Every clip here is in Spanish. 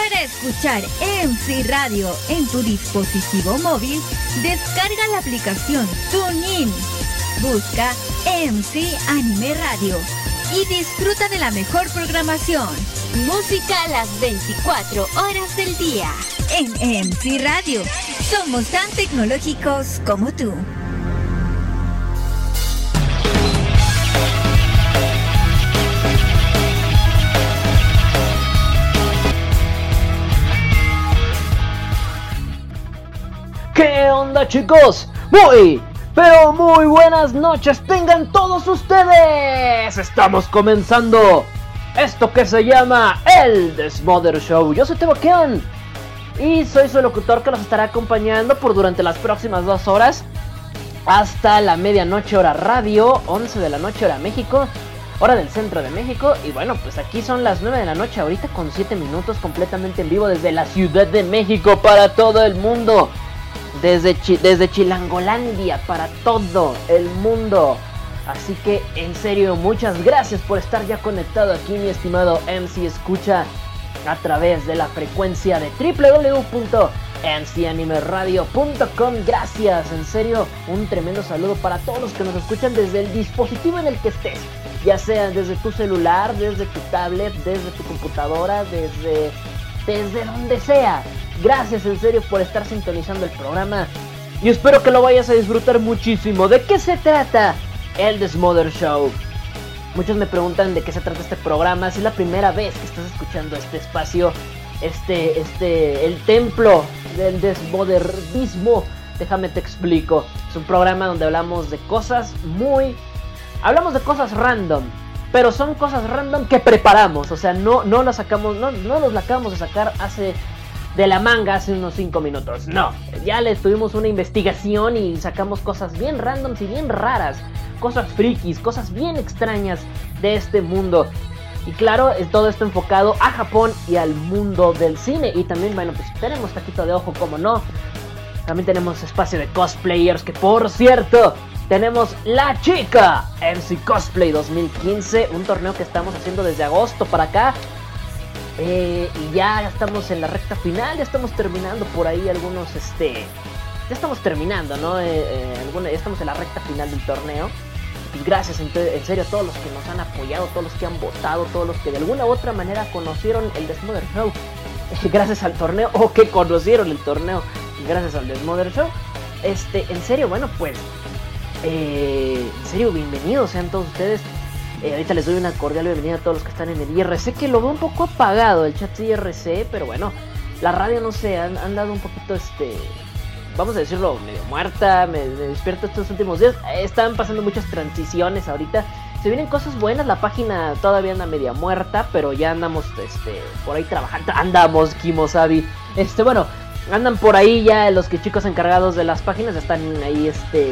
Para escuchar MC Radio en tu dispositivo móvil, descarga la aplicación TuneIn. Busca MC Anime Radio y disfruta de la mejor programación. Música las 24 horas del día. En MC Radio, somos tan tecnológicos como tú. ¿Qué onda, chicos? Pero muy buenas noches tengan todos ustedes. Estamos comenzando esto que se llama El Desmother Show. Yo soy Tebokeon y soy su locutor que los estará acompañando por durante las próximas 2 horas hasta la medianoche hora radio, 11 de la noche hora México, hora del centro de México. Y bueno, pues aquí son las 9 de la noche ahorita con 7 minutos completamente en vivo desde la Ciudad de México para todo el mundo. Desde Chilangolandia para todo el mundo. Así que en serio, muchas gracias por estar ya conectado aquí, mi estimado MC Escucha, a través de la frecuencia de www.mcanimeradio.com. Gracias, en serio, un tremendo saludo para todos los que nos escuchan desde el dispositivo en el que estés, ya sea desde tu celular, desde tu tablet, desde tu computadora, desde donde sea. Gracias en serio por estar sintonizando el programa y espero que lo vayas a disfrutar muchísimo. ¿De qué se trata el Desmother Show? Muchos me preguntan de qué se trata este programa. Si es la primera vez que estás escuchando este espacio, el templo del desmodernismo, déjame te explico. Es un programa donde hablamos de cosas random, pero son cosas random que preparamos. O sea, no los acabamos de sacar de la manga hace unos 5 minutos. No, ya le tuvimos una investigación y sacamos cosas bien randoms y bien raras, cosas frikis, cosas bien extrañas de este mundo. Y claro, todo esto enfocado a Japón y al mundo del cine. Y también, bueno, pues tenemos taquito de ojo, como no. También tenemos espacio de cosplayers, que por cierto, tenemos La Chica MC Cosplay 2015, un torneo que estamos haciendo desde agosto para acá. Y ya estamos en la recta final, ya estamos terminando por ahí algunos, ya estamos terminando, ¿no? Ya estamos en la recta final del torneo. Y gracias en serio a todos los que nos han apoyado, todos los que han votado, todos los que de alguna u otra manera conocieron el Desmother Show gracias al torneo, o que conocieron el torneo gracias al Desmother Show. En serio, bueno, pues, en serio, bienvenidos sean todos ustedes. Ahorita les doy una cordial bienvenida a todos los que están en el IRC, que lo veo un poco apagado el chat de IRC, pero bueno, la radio no sé, han dado un poquito, vamos a decirlo, medio muerta. Me despierto estos últimos días, están pasando muchas transiciones ahorita, se vienen cosas buenas, la página todavía anda media muerta, pero ya andamos, por ahí trabajando, andamos, Kimosabi, bueno, andan por ahí ya los chicos encargados de las páginas, están ahí,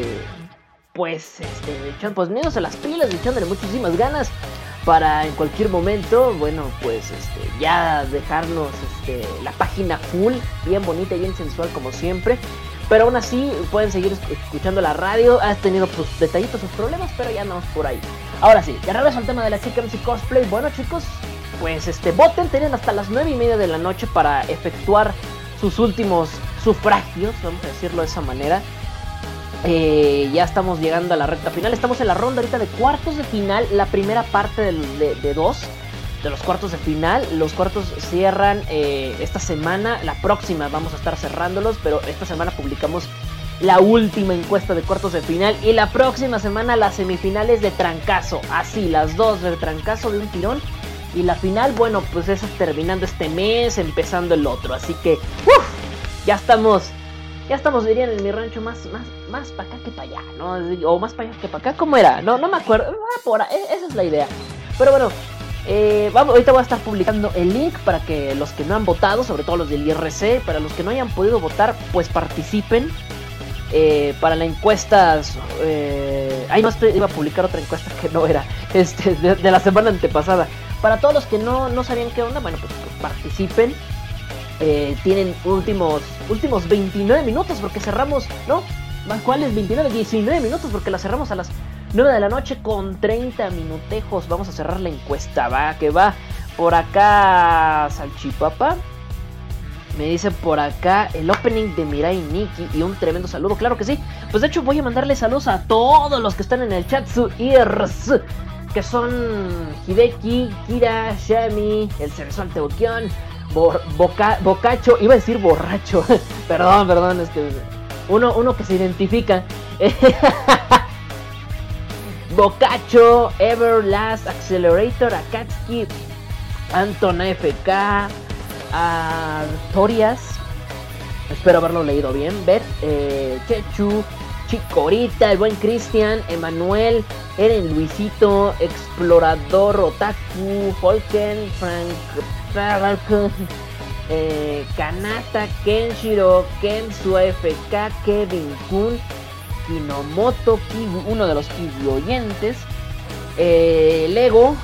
pues mirándose las pilas, echándole muchísimas ganas para en cualquier momento, bueno, pues ya dejarnos la página full, bien bonita y bien sensual como siempre. Pero aún así pueden seguir escuchando la radio. Has tenido sus detallitos, sus problemas, pero ya andamos por ahí. Ahora sí, ya regreso al tema de La Chica MC Cosplay. Bueno, chicos, pues voten, tienen hasta las 9:30 de la noche para efectuar sus últimos sufragios, vamos a decirlo de esa manera. Ya estamos llegando a la recta final. Estamos en la ronda ahorita de cuartos de final. La primera parte de los cuartos de final. Los cuartos cierran esta semana. La próxima vamos a estar cerrándolos, pero esta semana publicamos la última encuesta de cuartos de final. Y la próxima semana las semifinales de trancazo. Así, las dos de trancazo de un tirón. Y la final, bueno, pues esa terminando este mes, empezando el otro. Así que, ya estamos, dirían en mi rancho, más para acá que para allá, ¿no? O más para allá que para acá, ¿cómo era? No me acuerdo, esa es la idea. Pero bueno, ahorita voy a estar publicando el link para que los que no han votado, sobre todo los del IRC, para los que no hayan podido votar, pues participen. Para la encuesta, iba a publicar otra encuesta que no era, de la semana antepasada. Para todos los que no sabían qué onda, bueno, pues participen. Tienen últimos 29 minutos porque cerramos, ¿no? ¿Cuáles 29? 19 minutos porque la cerramos a las 9 de la noche con 30 minutejos. Vamos a cerrar la encuesta, va, que va. Por acá Salchipapa Me dice por acá el opening de Mirai Nikki y un tremendo saludo, claro que sí. Pues de hecho voy a mandarle saludos a todos los que están en el chat, su ears, que son Hideki, Kira, Shami, el Ceresol Teukion, Bocacho, iba a decir borracho, perdón, es que uno que se identifica. Bocacho, Everlast, Accelerator, Akatsuki, Anton AFK, Torias, espero haberlo leído bien, Bet, Chechu, Chicorita, el buen Cristian, Emanuel, Eren Luisito, Explorador, Otaku, Folken, Frank, Kanata, Kenshiro, Kensu AFK, Kevin Kun, Kinomoto, Kiwi, uno de los Kiwi oyentes, Lego,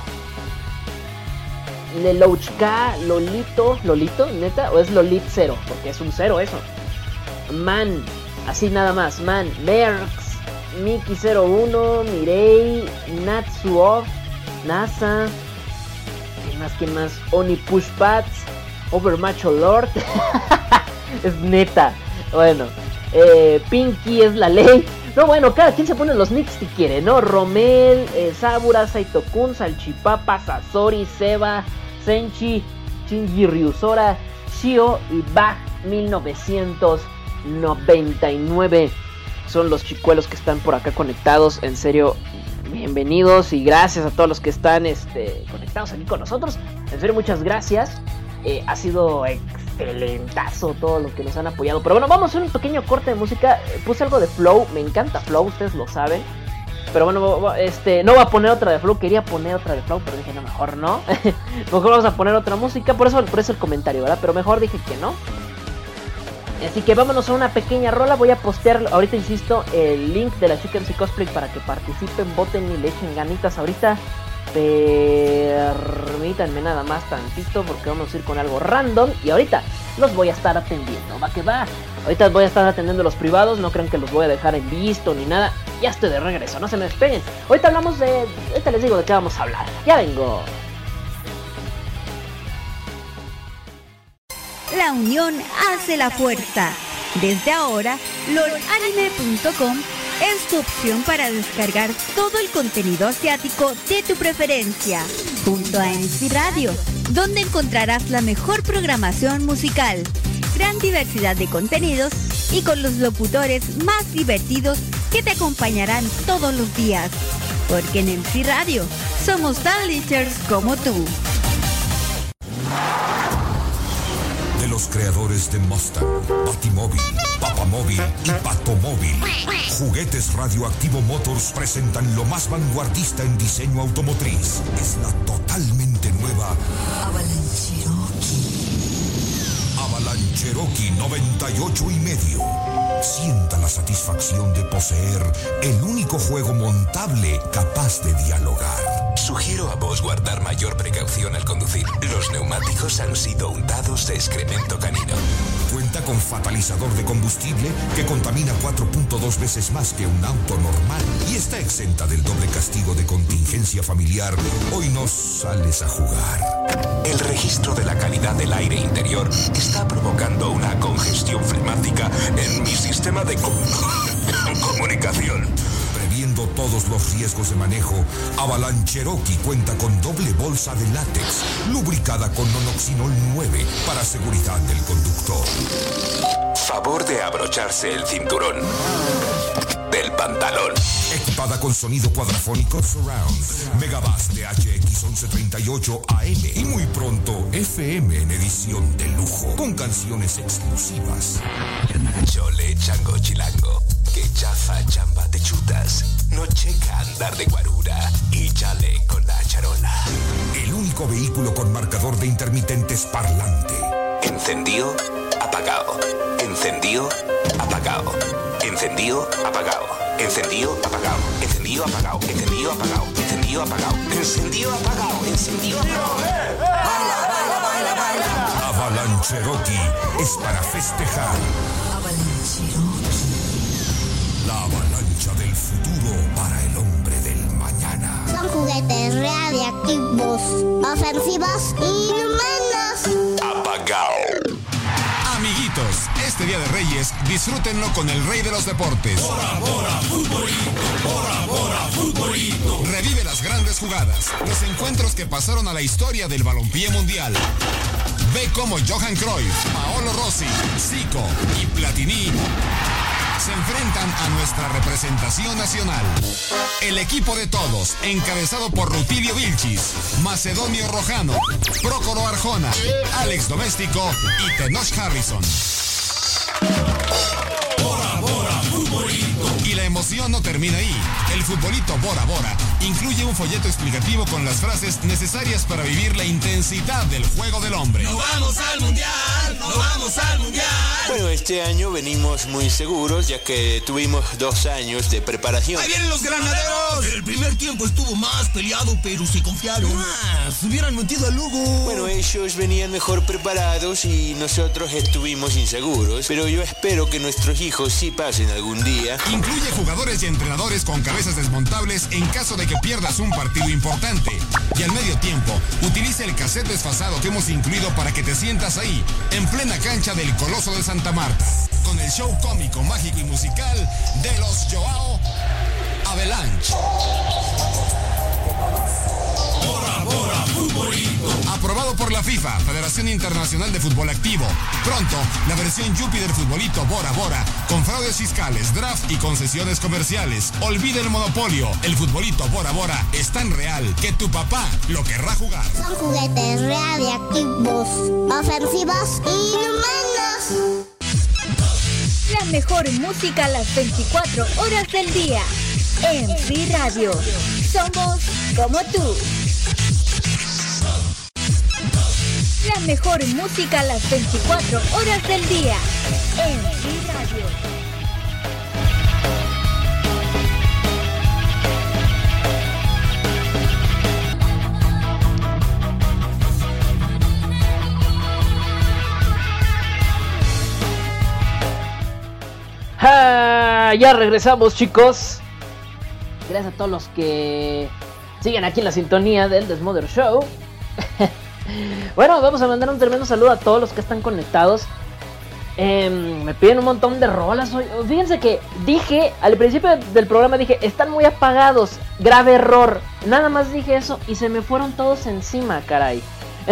Lelouchka, Lolito, neta, o es Lolit 0, porque es un 0 eso. Man, así nada más, Man, Merx, Miki 01, Mirei, Natsuoff, NASA, ¿quién más? Oni Pushpats, Overmacho Lord, es neta, bueno, Pinky es la ley. No, bueno, cada quien se pone los nicks si quiere, ¿no? Romel, Sabura, Saitokun, Salchipapa, Sasori, Seba, Senchi, Shinji Ryusora, Shio y Bach 1999. Son los chicuelos que están por acá conectados. En serio, bienvenidos y gracias a todos los que están conectados aquí con nosotros. En serio, muchas gracias. Ha sido excelentazo todo lo que nos han apoyado. Pero bueno, vamos a un pequeño corte de música. Puse algo de Flow, me encanta Flow, ustedes lo saben. Pero bueno, no voy a poner otra de Flow. Quería poner otra de Flow, pero dije no, mejor no. Mejor vamos a poner otra música. Por eso el comentario, ¿verdad? Pero mejor dije que no. Así que vámonos a una pequeña rola. Voy a postear, ahorita insisto, el link de la Chickens y Cosplay para que participen, voten y le echen ganitas ahorita. Permítanme nada más tantito porque vamos a ir con algo random y ahorita los voy a estar atendiendo, va que va. Ahorita voy a estar atendiendo los privados, no crean que los voy a dejar en visto ni nada. Ya estoy de regreso, no se me despeguen. Ahorita les digo de qué vamos a hablar. Ya vengo. La unión hace la fuerza. Desde ahora, lolanime.com es tu opción para descargar todo el contenido asiático de tu preferencia, junto a MC Radio, donde encontrarás la mejor programación musical, gran diversidad de contenidos y con los locutores más divertidos que te acompañarán todos los días. Porque en MC Radio somos tan lichers como tú. De los creadores de Mustang, Batimóvil, Papamóvil y Patomóvil, Juguetes Radioactivo Motors presentan lo más vanguardista en diseño automotriz. Es la totalmente nueva Avalanche Cherokee 98,5. Sienta la satisfacción de poseer el único juego montable capaz de dialogar. Sugiero a vos guardar mayor precaución al conducir. Los neumáticos han sido untados de excremento canino. Cuenta con fatalizador de combustible que contamina 4.2 veces más que un auto normal y está exenta del doble castigo de contingencia familiar. Hoy no sales a jugar. El registro de la calidad del aire interior está provocando una congestión flemática en mi sistema de comunicación. Previendo todos los riesgos de manejo, Avalanche Cherokee cuenta con doble bolsa de látex, lubricada con nonoxinol 9 para seguridad del conductor. Favor de abrocharse el cinturón del pantalón. Equipada con sonido cuadrafónico Surround, Megabass THX 1138 AM y muy pronto FM en edición de lujo, con canciones exclusivas. Chole, chango, chilango, que chafa, chamba, te chutas. No checa andar de guarura y chale con la charola. El único vehículo con marcador de intermitentes parlante. Encendido, apagado. Encendido, apagado. Encendido, apagado. Encendido, apagado. Encendido, apagado. Encendido, apagado. Encendido, apagado. Encendido, apagado. Encendido, apagado. Baila, baila, baila, baila. Avalanche Cherokee es para festejar. Avalanche Cherokee. La avalancha del futuro para el hombre del mañana. Son juguetes radiactivos, ofensivos y inhumanos. Apagado. este Día de Reyes, disfrútenlo con el rey de los deportes. Bora Bora Futbolito, Bora Bora Futbolito. Revive las grandes jugadas, los encuentros que pasaron a la historia del balompié mundial. Ve cómo Johan Cruyff, Paolo Rossi, Zico y Platini se enfrentan a nuestra representación nacional. El equipo de todos, encabezado por Rutilio Vilchis, Macedonio Rojano, Prócoro Arjona, Alex Doméstico y Tenoch Harrison. Bora Bora Futbolito. Y la emoción no termina ahí. El futbolito Bora Bora incluye un folleto explicativo con las frases necesarias para vivir la intensidad del juego del hombre. ¡Nos vamos al mundial! ¡Nos vamos al mundial! Bueno, este año venimos muy seguros ya que tuvimos 2 años de preparación. ¡Ahí vienen los granaderos! El primer tiempo estuvo más peleado, pero se confiaron. Se hubieran metido al Lugo. Bueno, ellos venían mejor preparados y nosotros estuvimos inseguros, pero yo espero que nuestros hijos sí pasen algún día. Incluye jugadores y entrenadores con cabezas desmontables en caso de que pierdas un partido importante. Y al medio tiempo, utiliza el cassette desfasado que hemos incluido para que te sientas ahí, en plena cancha del Coloso de Santa Marta, con el show cómico, mágico y musical de los Joao Avalanche. Bora Bora Futbolito. Aprobado por la FIFA, Federación Internacional de Fútbol Activo. Pronto, la versión Yupi del futbolito Bora Bora, con fraudes fiscales, draft y concesiones comerciales. Olvida el monopolio. El futbolito Bora Bora es tan real que tu papá lo querrá jugar. Son juguetes radiactivos, ofensivos y inhumanos. La mejor música a las 24 horas del día. MC Radio. Somos como tú. La mejor música a las 24 horas del día. MC Radio. Ya regresamos, chicos. Gracias a todos los que siguen aquí en la sintonía del Desmother Show. Bueno, vamos a mandar un tremendo saludo a todos los que están conectados. Me piden un montón de rolas hoy. Fíjense que dije, al principio del programa dije, están muy apagados, grave error. Nada más dije eso y se me fueron todos encima, caray.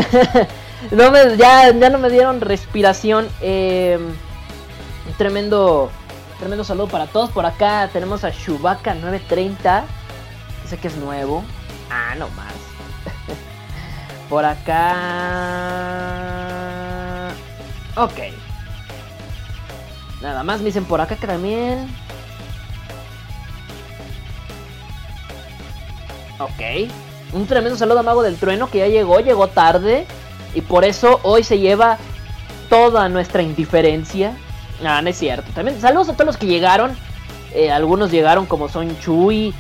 Ya no me dieron respiración. Un tremendo saludo para todos. Por acá tenemos a Chewbacca 930, que sé que es nuevo. No más. Por acá. Ok. Nada más me dicen por acá que también. Ok. Un tremendo saludo a Mago del Trueno, que ya llegó tarde. Y por eso hoy se lleva toda nuestra indiferencia. No es cierto. También saludos a todos los que llegaron. Algunos llegaron como son Chuy,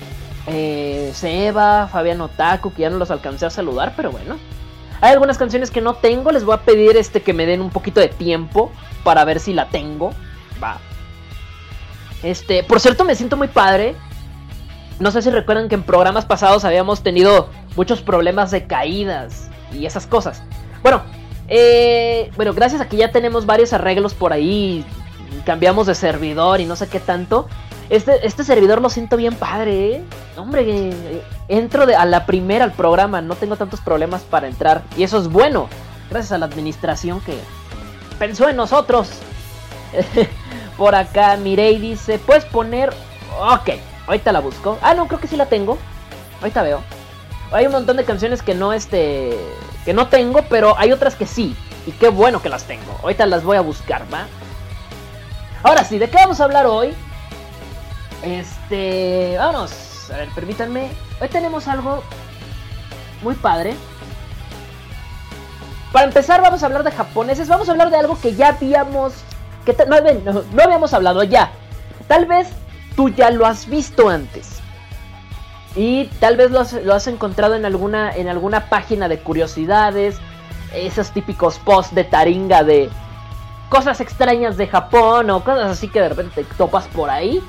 Seba, Fabián Otaku, que ya no los alcancé a saludar, pero bueno. Hay algunas canciones que no tengo. Les voy a pedir que me den un poquito de tiempo para ver si la tengo. Va. Por cierto, me siento muy padre. No sé si recuerdan que en programas pasados habíamos tenido muchos problemas de caídas y esas cosas. Bueno, gracias a que ya tenemos varios arreglos por ahí, cambiamos de servidor y no sé qué tanto. Este servidor lo siento bien padre, ¿eh? Hombre, entro a la primera al programa, no tengo tantos problemas para entrar. Y eso es bueno, gracias a la administración que pensó en nosotros. Por acá Mirei dice, ¿puedes poner? Ok, ahorita la busco. No, creo que sí la tengo. Ahorita veo. Hay un montón de canciones que no que no tengo, pero hay otras que sí. Y qué bueno que las tengo. Ahorita las voy a buscar, ¿va? Ahora sí, ¿de qué vamos a hablar hoy? Vámonos. A ver, permítanme. Hoy tenemos algo muy padre. Para empezar vamos a hablar de japoneses. Vamos a hablar de algo que ya habíamos... no habíamos hablado ya. Tal vez tú ya lo has visto antes. Y tal vez lo has encontrado en alguna página de curiosidades. Esos típicos posts de taringa de cosas extrañas de Japón o cosas así que de repente te topas por ahí.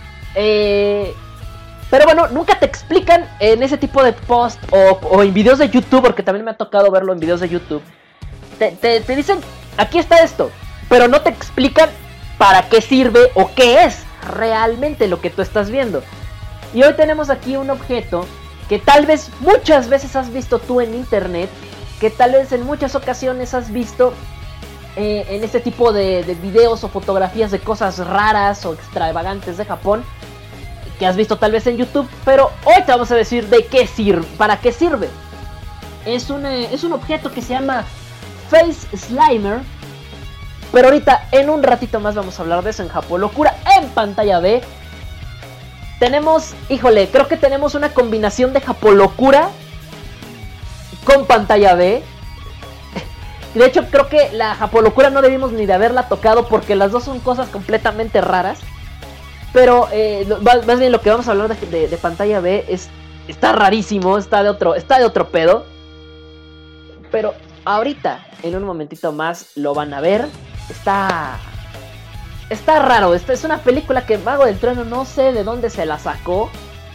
Pero bueno, nunca te explican en ese tipo de posts o en videos de YouTube, porque también me ha tocado verlo en videos de YouTube. Te dicen, aquí está esto, pero no te explican para qué sirve o qué es realmente lo que tú estás viendo. Y hoy tenemos aquí un objeto que tal vez muchas veces has visto tú en internet, que tal vez en muchas ocasiones has visto en este tipo de videos o fotografías de cosas raras o extravagantes de Japón, que has visto tal vez en YouTube, pero hoy te vamos a decir de qué sirve, para qué sirve. Es un objeto que se llama Face Slimer, pero ahorita en un ratito más vamos a hablar de eso en Japolocura en pantalla B. Tenemos, híjole, creo que tenemos una combinación de Japolocura con pantalla B. De hecho, creo que la Japolocura no debimos ni de haberla tocado porque las dos son cosas completamente raras. Pero más bien lo que vamos a hablar de pantalla B está rarísimo, está de otro pedo. Pero ahorita, en un momentito más, lo van a ver. Está raro. Esta es una película que Mago del Trueno no sé de dónde se la sacó.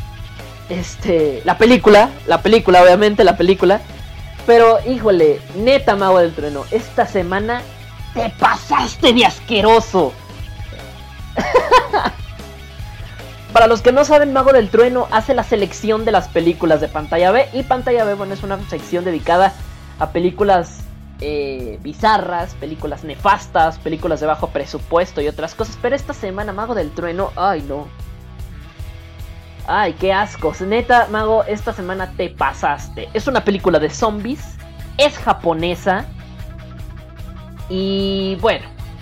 La película, obviamente, la película. Pero, híjole, neta, Mago del Trueno, esta semana te pasaste de asqueroso. Para los que no saben, Mago del Trueno hace la selección de las películas de pantalla B. Y pantalla B, bueno, es una sección dedicada a películas bizarras, películas nefastas, películas de bajo presupuesto y otras cosas. Pero esta semana, Mago del Trueno, ay no. Ay, qué asco. Neta, Mago, esta semana te pasaste. Es una película de zombies, es japonesa. Y bueno,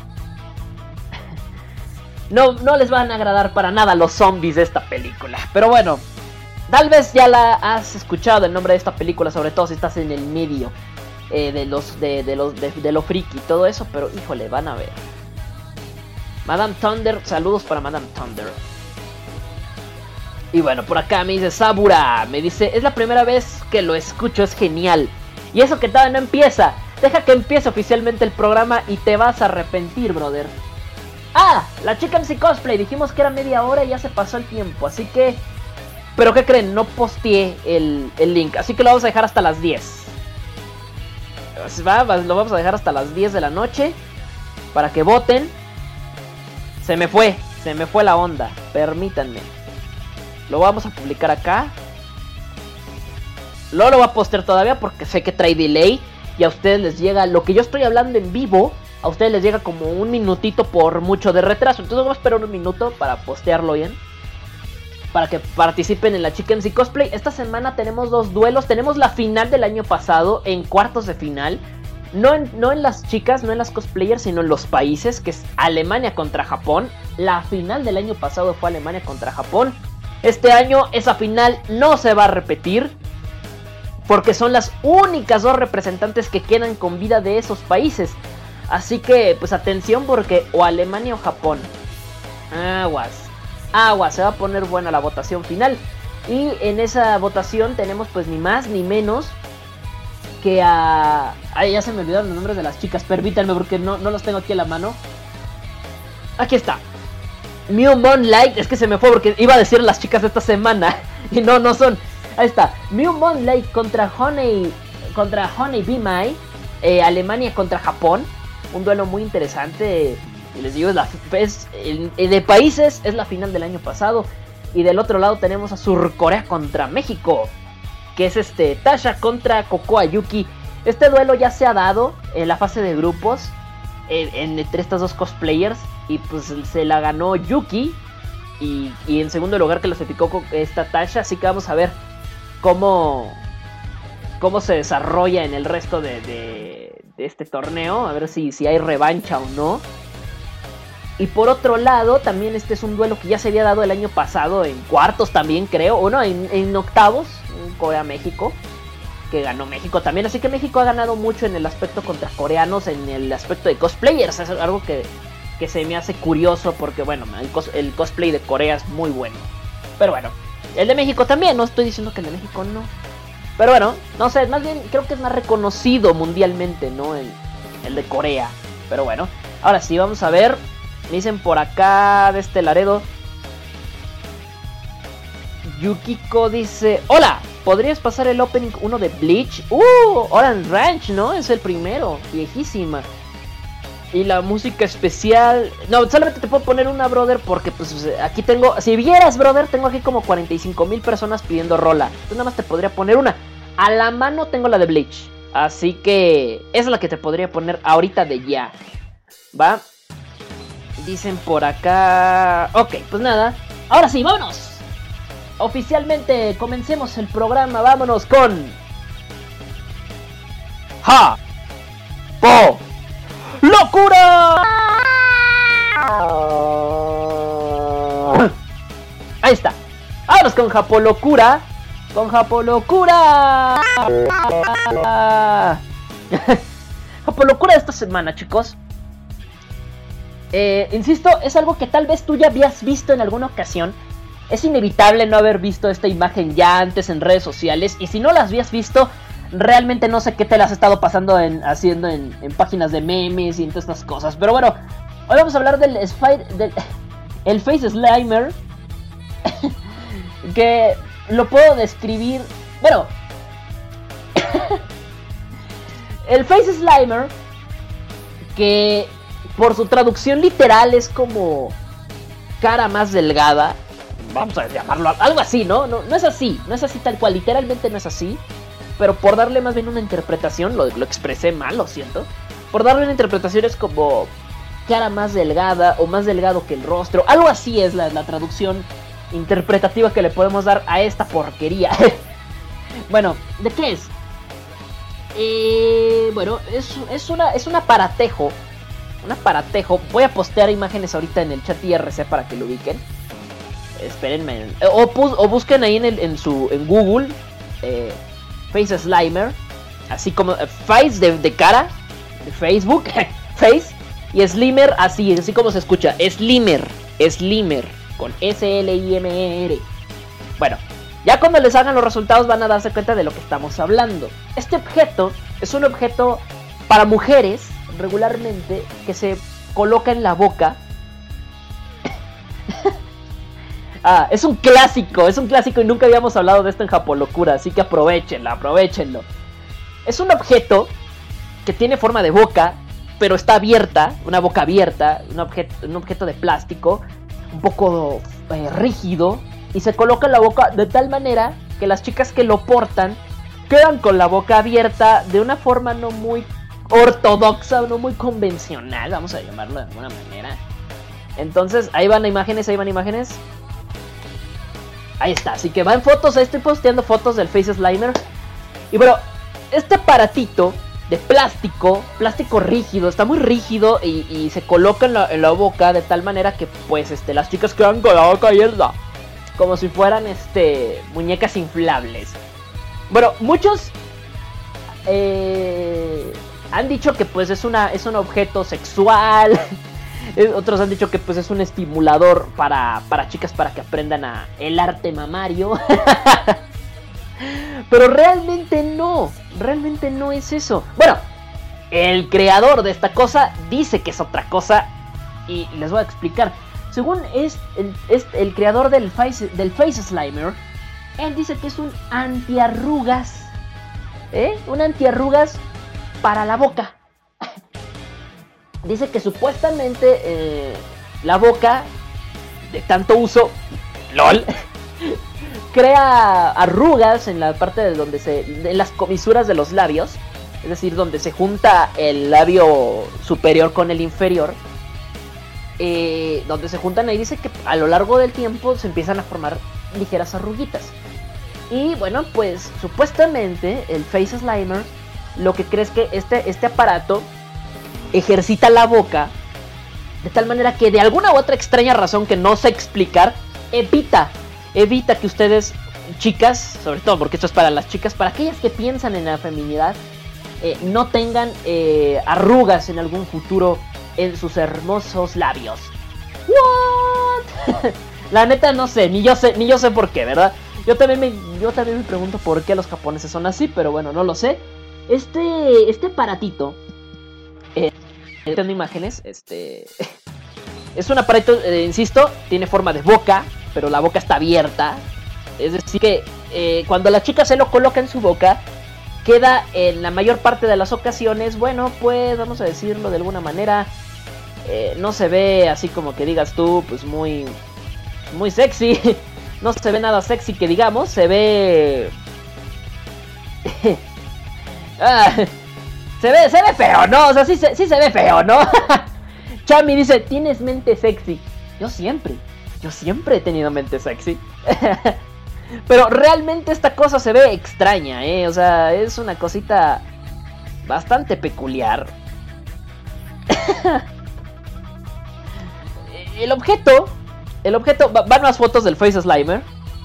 no les van a agradar para nada los zombies de esta película. Pero bueno, tal vez ya la has escuchado el nombre de esta película, sobre todo si estás en el medio de lo friki y todo eso. Pero híjole, van a ver. Madame Thunder, saludos para Madame Thunder. Y bueno, por acá me dice Sabura, me dice, es la primera vez que lo escucho, es genial. Y eso que todavía no empieza. Deja que empiece oficialmente el programa y te vas a arrepentir, brother. Ah, la chica MC Cosplay, dijimos que era media hora y ya se pasó el tiempo, así que... Pero ¿qué creen? No posteé el link, así que lo vamos a dejar hasta las 10. Lo vamos a dejar hasta las 10 de la noche para que voten. Se me fue la onda, permítanme. Lo vamos a publicar acá. No lo voy a postear todavía porque sé que trae delay. Y a ustedes les llega lo que yo estoy hablando en vivo. A ustedes les llega como un minutito por mucho de retraso. Entonces vamos a esperar un minuto para postearlo bien, para que participen en la Chica MC Cosplay. Esta semana tenemos 2 duelos. Tenemos la final del año pasado en cuartos de final. No en las chicas, no en las cosplayers, sino en los países, que es Alemania contra Japón. La final del año pasado fue Alemania contra Japón. Este año esa final no se va a repetir, porque son las únicas 2 representantes que quedan con vida de esos países. Así que pues atención, porque o Alemania o Japón. Aguas, se va a poner buena la votación final. Y en esa votación tenemos pues ni más ni menos que a... Ay, ya se me olvidaron los nombres de las chicas, permítanme porque no los tengo aquí a la mano. Aquí está. Mew Moonlight, es que se me fue porque iba a decir las chicas de esta semana y no son. Ahí está, Mew Moonlight contra Honey Be My, Alemania contra Japón, un duelo muy interesante. Y les digo, de países es la final del año pasado. Y del otro lado tenemos a Surcorea contra México, que es Tasha contra Cocoa Yuki. Este duelo ya se ha dado en la fase de grupos entre estas 2 cosplayers. Y pues se la ganó Yuki. Y en segundo lugar clasificó con esta Tasha. Así que vamos a ver cómo se desarrolla en el resto de este torneo. A ver si hay revancha o no. Y por otro lado, también este es un duelo que ya se había dado el año pasado en cuartos también, creo. O no, en octavos, en Corea-México, que ganó México también. Así que México ha ganado mucho en el aspecto contra coreanos, en el aspecto de cosplayers. Es algo que se me hace curioso porque, bueno, el cosplay de Corea es muy bueno. Pero bueno, el de México también, no estoy diciendo que el de México no. Pero bueno, no sé, más bien creo que es más reconocido mundialmente, ¿no? El de Corea. Pero bueno, ahora sí, vamos a ver. Me dicen por acá de este Laredo. Yukiko dice: hola, ¿podrías pasar el opening 1 de Bleach? Orange Ranch, ¿no? Es el primero, viejísima. Y la música especial... No, solamente te puedo poner una, brother, porque pues aquí tengo... Si vieras, brother, tengo aquí como 45,000 personas pidiendo rola. Entonces nada más te podría poner una. A la mano tengo la de Bleach. Así que esa es la que te podría poner ahorita de ya. ¿Va? Dicen por acá... Ok, pues nada. Ahora sí, vámonos. Oficialmente comencemos el programa. Vámonos con... ¡Ja! ¡Po! ¡Locura! Ahí está. Vámonos con Japolocura. Con Japolocura. Japolocura de esta semana, chicos. Insisto, es algo que tal vez tú ya habías visto en alguna ocasión. Es inevitable no haber visto esta imagen ya antes en redes sociales. Y si no la habías visto, realmente no sé qué te las has estado pasando haciendo en páginas de memes y en todas estas cosas. Pero bueno, hoy vamos a hablar del el Face Slimer. Que lo puedo describir. Bueno, el Face Slimer, que por su traducción literal es como cara más delgada. Vamos a llamarlo algo así, ¿no? No es así, no es así tal cual, literalmente no es así. Pero por darle más bien una interpretación, lo expresé mal, lo siento. Por darle una interpretación es como cara más delgada o más delgado que el rostro. Algo así es la traducción interpretativa que le podemos dar a esta porquería. Bueno, ¿de qué es? Bueno, es un aparatejo. Un aparatejo. Voy a postear imágenes ahorita en el chat IRC para que lo ubiquen. Espérenme. O busquen ahí en Google Face Slimer. Así como Face de cara, de Facebook. Face. Y Slimer así como se escucha. Slimer. Con S-L-I-M-E-R. Bueno, ya cuando les hagan los resultados van a darse cuenta de lo que estamos hablando. Este objeto es un objeto para mujeres regularmente que se coloca en la boca. Es un clásico y nunca habíamos hablado de esto en Japolocura, así que aprovechenlo. Es un objeto que tiene forma de boca, pero está abierta, una boca abierta, un objeto de plástico, un poco rígido, y se coloca en la boca de tal manera que las chicas que lo portan quedan con la boca abierta de una forma no muy ortodoxa, no muy convencional, vamos a llamarlo de alguna manera. Entonces, ahí van imágenes. Ahí está, así que van fotos, ahí estoy posteando fotos del Face Slimer. Y bueno, este aparatito de plástico rígido, está muy rígido y se coloca en la boca de tal manera que pues las chicas quedan con la boca abierta, como si fueran muñecas inflables. Bueno, muchos han dicho que pues es un objeto sexual. Otros han dicho que pues es un estimulador para chicas para que aprendan el arte mamario. Pero realmente no es eso. Bueno, el creador de esta cosa dice que es otra cosa y les voy a explicar. Según el creador del Face Slimer, él dice que es un antiarrugas. Un antiarrugas para la boca. Dice que supuestamente la boca, de tanto uso, LOL, crea arrugas en la parte de donde en las comisuras de los labios. Es decir, donde se junta el labio superior con el inferior. Donde se juntan ahí, dice que a lo largo del tiempo se empiezan a formar ligeras arruguitas. Y bueno, pues supuestamente el Face Slimer lo que cree es que este aparato ejercita la boca de tal manera que de alguna u otra extraña razón que no sé explicar, evita que ustedes, chicas, sobre todo porque esto es para las chicas, para aquellas que piensan en la feminidad, no tengan arrugas en algún futuro en sus hermosos labios. ¿What? La neta no sé, ni yo sé por qué, ¿verdad? Yo también me pregunto por qué los japoneses son así, pero bueno, no lo sé. Este aparatito, tengo imágenes, es un aparato, insisto, tiene forma de boca, pero la boca está abierta. Es decir que cuando la chica se lo coloca en su boca, queda en la mayor parte de las ocasiones, bueno, pues vamos a decirlo de alguna manera, no se ve así como que digas tú, pues muy sexy. No se ve nada sexy que digamos, se ve... se ve feo, ¿no? O sea, sí se ve feo, ¿no? Chami dice, tienes mente sexy. Yo siempre he tenido mente sexy. Pero realmente esta cosa se ve extraña, O sea, es una cosita bastante peculiar. El objeto, van más fotos del Face Slimer.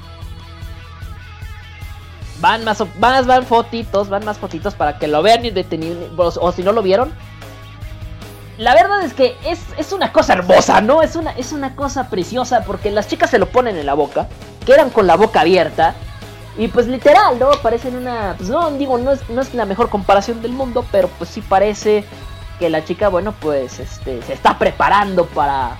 Van más fotitos para que lo vean detenidos, o si no lo vieron. La verdad es que es una cosa hermosa, ¿no? Es una cosa preciosa porque las chicas se lo ponen en la boca, quedan con la boca abierta y pues literal, ¿no? Parecen una... Pues no, digo, no es la mejor comparación del mundo, pero pues sí parece que la chica, bueno, pues se está preparando para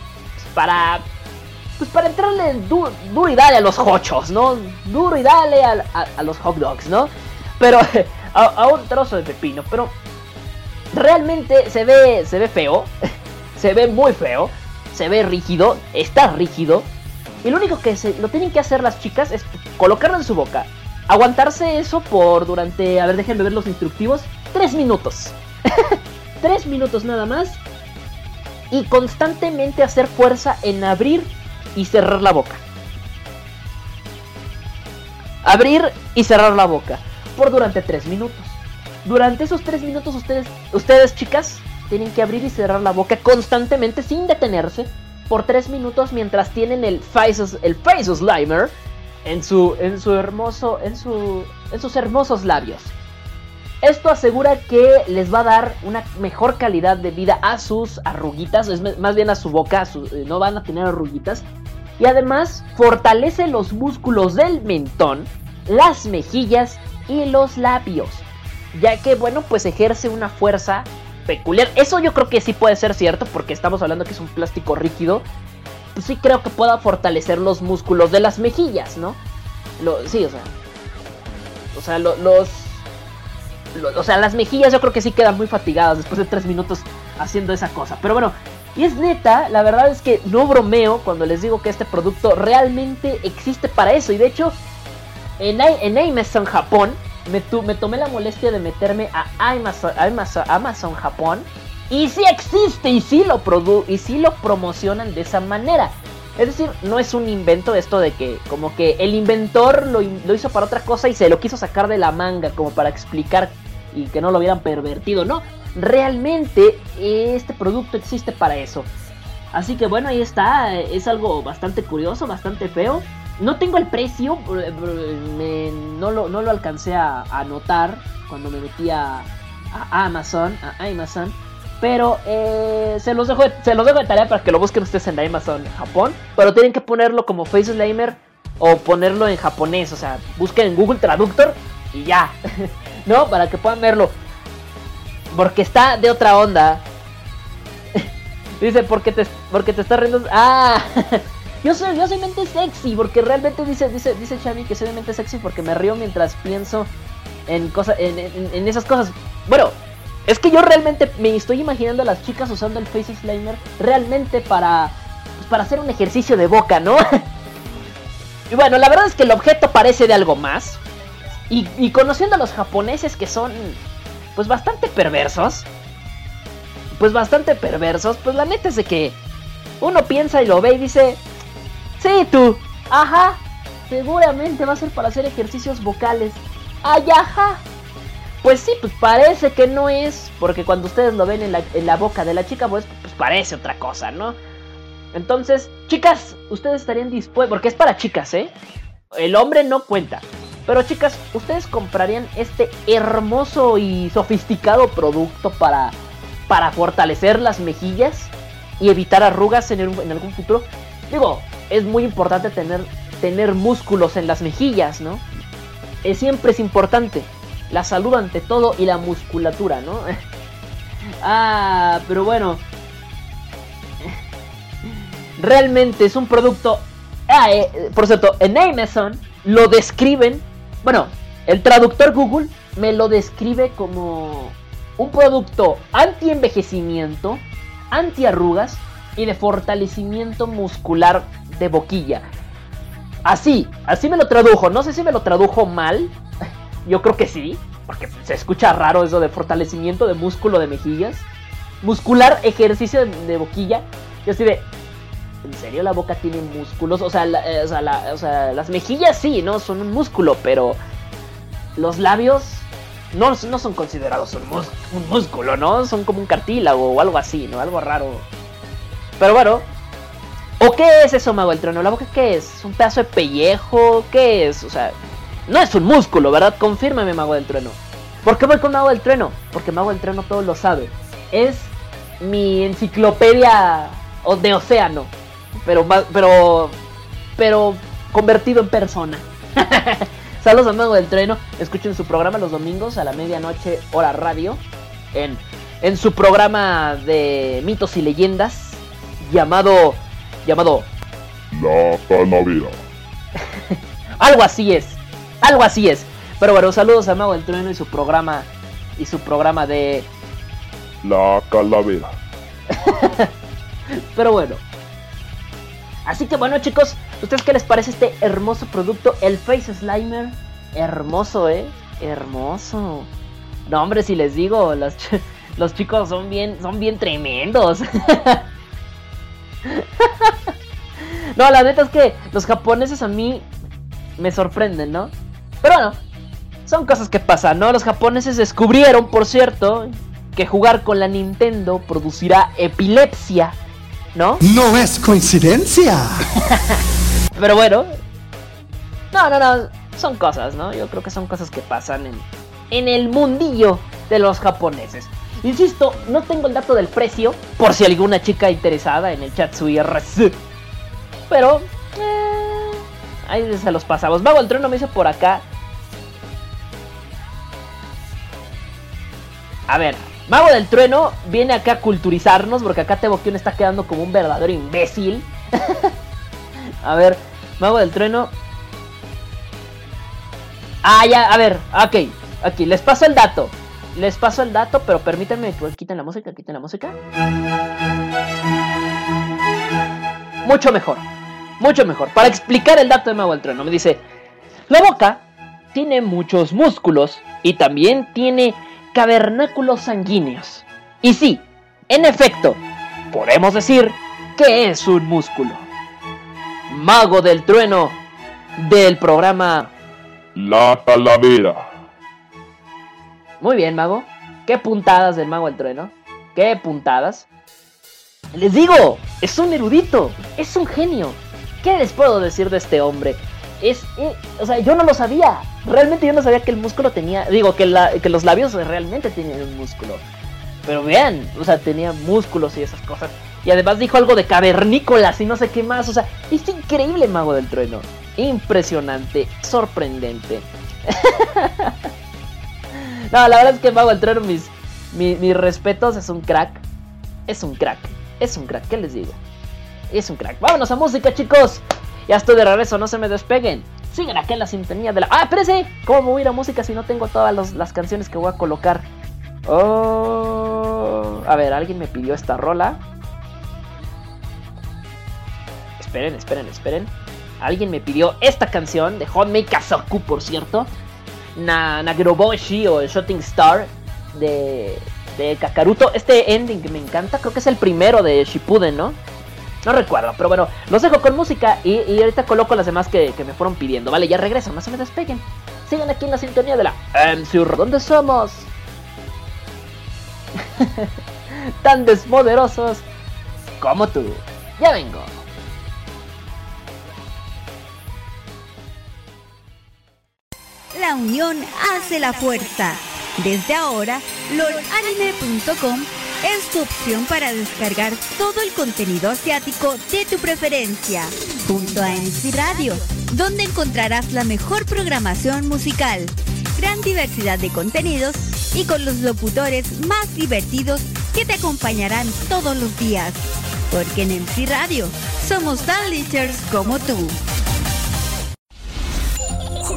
entrarle duro y dale a los hochos, ¿no? Duro y dale a los hot dogs, ¿no? Pero a un trozo de pepino, pero realmente se ve feo, se ve muy feo, se ve rígido, está rígido. Y lo único que lo tienen que hacer las chicas es colocarlo en su boca, aguantarse eso durante, a ver, déjenme ver los instructivos, 3 minutos. 3 minutos nada más. Y constantemente hacer fuerza en abrir y cerrar la boca. Abrir y cerrar la boca durante 3 minutos. Durante esos 3 minutos ustedes chicas tienen que abrir y cerrar la boca constantemente sin detenerse por 3 minutos mientras tienen el Face Slimer en sus hermosos labios. Esto asegura que les va a dar una mejor calidad de vida a sus arruguitas, más bien a su boca, no van a tener arruguitas. Y además fortalece los músculos del mentón, las mejillas y los labios, ya que, bueno, pues ejerce una fuerza peculiar. Eso yo creo que sí puede ser cierto, porque estamos hablando que es un plástico rígido. Pues sí creo que pueda fortalecer los músculos de las mejillas, ¿no? Las mejillas yo creo que sí quedan muy fatigadas después de 3 minutos haciendo esa cosa. Pero bueno, y es neta, la verdad es que no bromeo cuando les digo que este producto realmente existe para eso. Y de hecho, en Amazon Japón, me tomé la molestia de meterme a Amazon Japón. Y sí existe, y sí lo promocionan de esa manera. Es decir, no es un invento esto de que como que el inventor lo hizo para otra cosa y se lo quiso sacar de la manga como para explicar y que no lo hubieran pervertido, ¿no? Realmente este producto existe para eso. Así que bueno, ahí está, es algo bastante curioso, bastante feo. No tengo el precio, no lo alcancé a anotar cuando me metí a Amazon. Pero se los dejo de tarea para que lo busquen ustedes en Amazon Japón. Pero tienen que ponerlo como Face Slimer o ponerlo en japonés. O sea, busquen en Google Traductor y ya. ¿No? Para que puedan verlo. Porque está de otra onda. Dice, porque te estás riendo. Ah, yo soy mente sexy. Porque realmente dice Xavi que soy mente sexy porque me río mientras pienso en esas cosas. Bueno, es que yo realmente me estoy imaginando a las chicas usando el Face Slimer realmente para hacer un ejercicio de boca, ¿no? Y bueno, la verdad es que el objeto parece de algo más. Y conociendo a los japoneses que son pues bastante perversos, pues la neta es de que uno piensa y lo ve y dice, sí, tú, ajá, seguramente va a ser para hacer ejercicios vocales. Ay, ajá. Pues sí, pues parece que no es, porque cuando ustedes lo ven en la boca de la chica, pues parece otra cosa, ¿no? Entonces, chicas, ustedes estarían dispuestos, porque es para chicas, ¿eh? El hombre no cuenta. Pero chicas, ¿ustedes comprarían este hermoso y sofisticado producto para fortalecer las mejillas y evitar arrugas en algún futuro? Digo, es muy importante tener músculos en las mejillas, ¿no? Siempre es importante. La salud ante todo y la musculatura, ¿no? Pero bueno. Realmente es un producto... por cierto, en Amazon lo describen... Bueno, el traductor Google me lo describe como un producto anti-envejecimiento, anti-arrugas y de fortalecimiento muscular de boquilla. Así me lo tradujo. No sé si me lo tradujo mal. Yo creo que sí, porque se escucha raro eso de fortalecimiento de músculo de mejillas. Muscular, ejercicio de boquilla. Yo así de... ¿En serio la boca tiene músculos? O sea, las mejillas sí, ¿no? Son un músculo, pero... los labios no son considerados un músculo, ¿no? Son como un cartílago o algo así, ¿no? Algo raro. Pero bueno... ¿O qué es eso, Mago del Trueno? ¿La boca qué es? ¿Un pedazo de pellejo? ¿Qué es? O sea... no es un músculo, ¿verdad? Confírmame, Mago del Trueno. ¿Por qué voy con Mago del Trueno? Porque Mago del Trueno todo lo sabe. Es mi enciclopedia de océano. Pero convertido en persona. Saludos a Mago del Trueno. Escuchen su programa los domingos a la medianoche, hora radio. En su programa de mitos y leyendas. Llamado... La Calavera. Algo así es. Pero bueno, saludos a Mago del Trueno y su programa de... La Calavera. Pero bueno. Así que bueno, chicos, ¿ustedes qué les parece este hermoso producto? El Face Slimer. Hermoso, hermoso. No, hombre, si les digo, los chicos son bien tremendos. No, la neta es que los japoneses a mí me sorprenden, ¿no? Pero bueno, son cosas que pasan, ¿no? Los japoneses descubrieron, por cierto, que jugar con la Nintendo producirá epilepsia, ¿no? No es coincidencia. Pero bueno, no, son cosas, ¿no? Yo creo que son cosas que pasan en el mundillo de los japoneses. Insisto, no tengo el dato del precio, por si alguna chica interesada en el chat su IRC. Pero, ahí se los pasamos. Mago del Trueno me dice por acá. A ver, Mago del Trueno viene acá a culturizarnos, porque acá Teboquión está quedando como un verdadero imbécil. A ver, Mago del Trueno. Ya, a ver, ok, les paso el dato, pero permítanme, pues, quiten la música. Mucho mejor. Para explicar el dato de Mago del Trueno, me dice: la boca tiene muchos músculos y también tiene cavernáculos sanguíneos. Y sí, en efecto, podemos decir que es un músculo. Mago del Trueno, del programa La Calavera. Muy bien, Mago. Qué puntadas del Mago del Trueno. Qué puntadas. Les digo, es un erudito, es un genio. ¿Qué les puedo decir de este hombre? O sea, yo no lo sabía. Realmente yo no sabía que el músculo tenía... Digo, que los labios realmente tenían un músculo. Pero vean, o sea, tenía músculos y esas cosas. Y además dijo algo de cavernícolas y no sé qué más. O sea, es increíble, Mago del Trueno. Impresionante, sorprendente. No, la verdad es que Mago del Trueno, mis respetos, es un crack. Es un crack, ¿qué les digo? Es un crack. Vámonos a música, chicos. Ya estoy de regreso, no se me despeguen. Sigan acá en la sintonía de la... espérese. ¿Cómo me voy a ir a música si no tengo todas las canciones que voy a colocar? A ver, alguien me pidió esta rola. Esperen. Alguien me pidió esta canción de Honmei Kazoku, por cierto. Nagiroboshi o el Shooting Star de Kakaruto. Este ending que me encanta, creo que es el primero de Shippuden, ¿no? No recuerdo, pero bueno, los dejo con música y ahorita coloco las demás que me fueron pidiendo. Vale, ya regreso, no se me despeguen. Sigan aquí en la sintonía de la MC. ¿Dónde somos? Tan despoderosos como tú. Ya vengo. La unión hace la fuerza. Desde ahora, lolanime.com es tu opción para descargar todo el contenido asiático de tu preferencia, junto a MC Radio, donde encontrarás la mejor programación musical, gran diversidad de contenidos y con los locutores más divertidos que te acompañarán todos los días. Porque en MC Radio somos tan lichers como tú.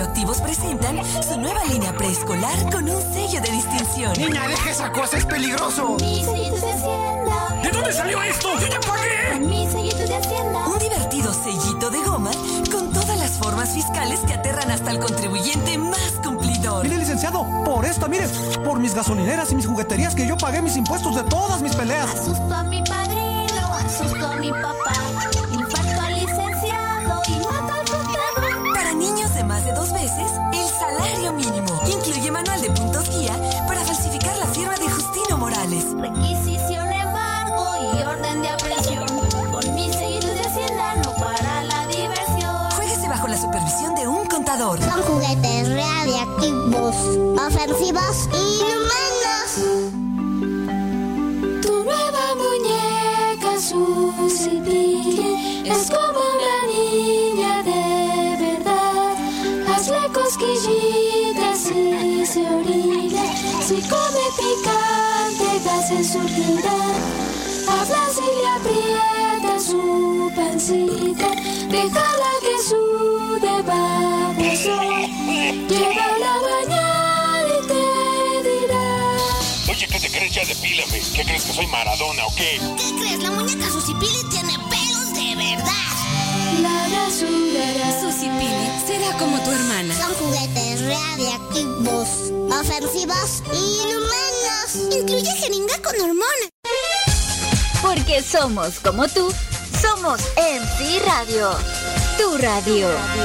Radioactivos presentan su nueva línea preescolar con un sello de distinción. Niña, deja esa cosa, es peligroso. Mi sellito de Hacienda. ¿De dónde salió esto? ¡Yo ya pagué! Mi sellito de Hacienda. Un divertido sellito de goma con todas las formas fiscales que aterran hasta el contribuyente más cumplidor. Mire, licenciado, por esta, mire, por mis gasolineras y mis jugueterías que yo pagué mis impuestos de todas mis peleas. Asusto a mi padrino, asusto a mi papá. Infarto al licenciado y mato al contador. Para niños de más de 2 veces, el salario mínimo. Incluye manual de puntos guía para falsificar la firma de Justino Morales. Requisición, embargo y orden de aprehensión. Con mis sellitos de Hacienda no para la diversión. Juéguese bajo la supervisión de un contador. Son juguetes radiactivos, ofensivos y inhumanos. Tu nueva muñeca Susie Pili es como una niña de verdad. Hazle cosquillitas y se orilla. Si come picante, gases surgirán. Hablas y le aprietas su pancita. Déjala que sude babosón. Llévala a bañar y te dirá. Oye, ¿qué te crees? Ya depílame. ¿Qué crees, que soy Maradona o qué? ¿Qué crees? La muñeca Susie Pili tiene pelos de verdad. La rasurará. Susie Pili será como tu hermana. Son juguetes radiactivos, ofensivos y inhumanos. Incluye jeringa con hormonas. Porque somos como tú, somos MC Radio. Tu radio.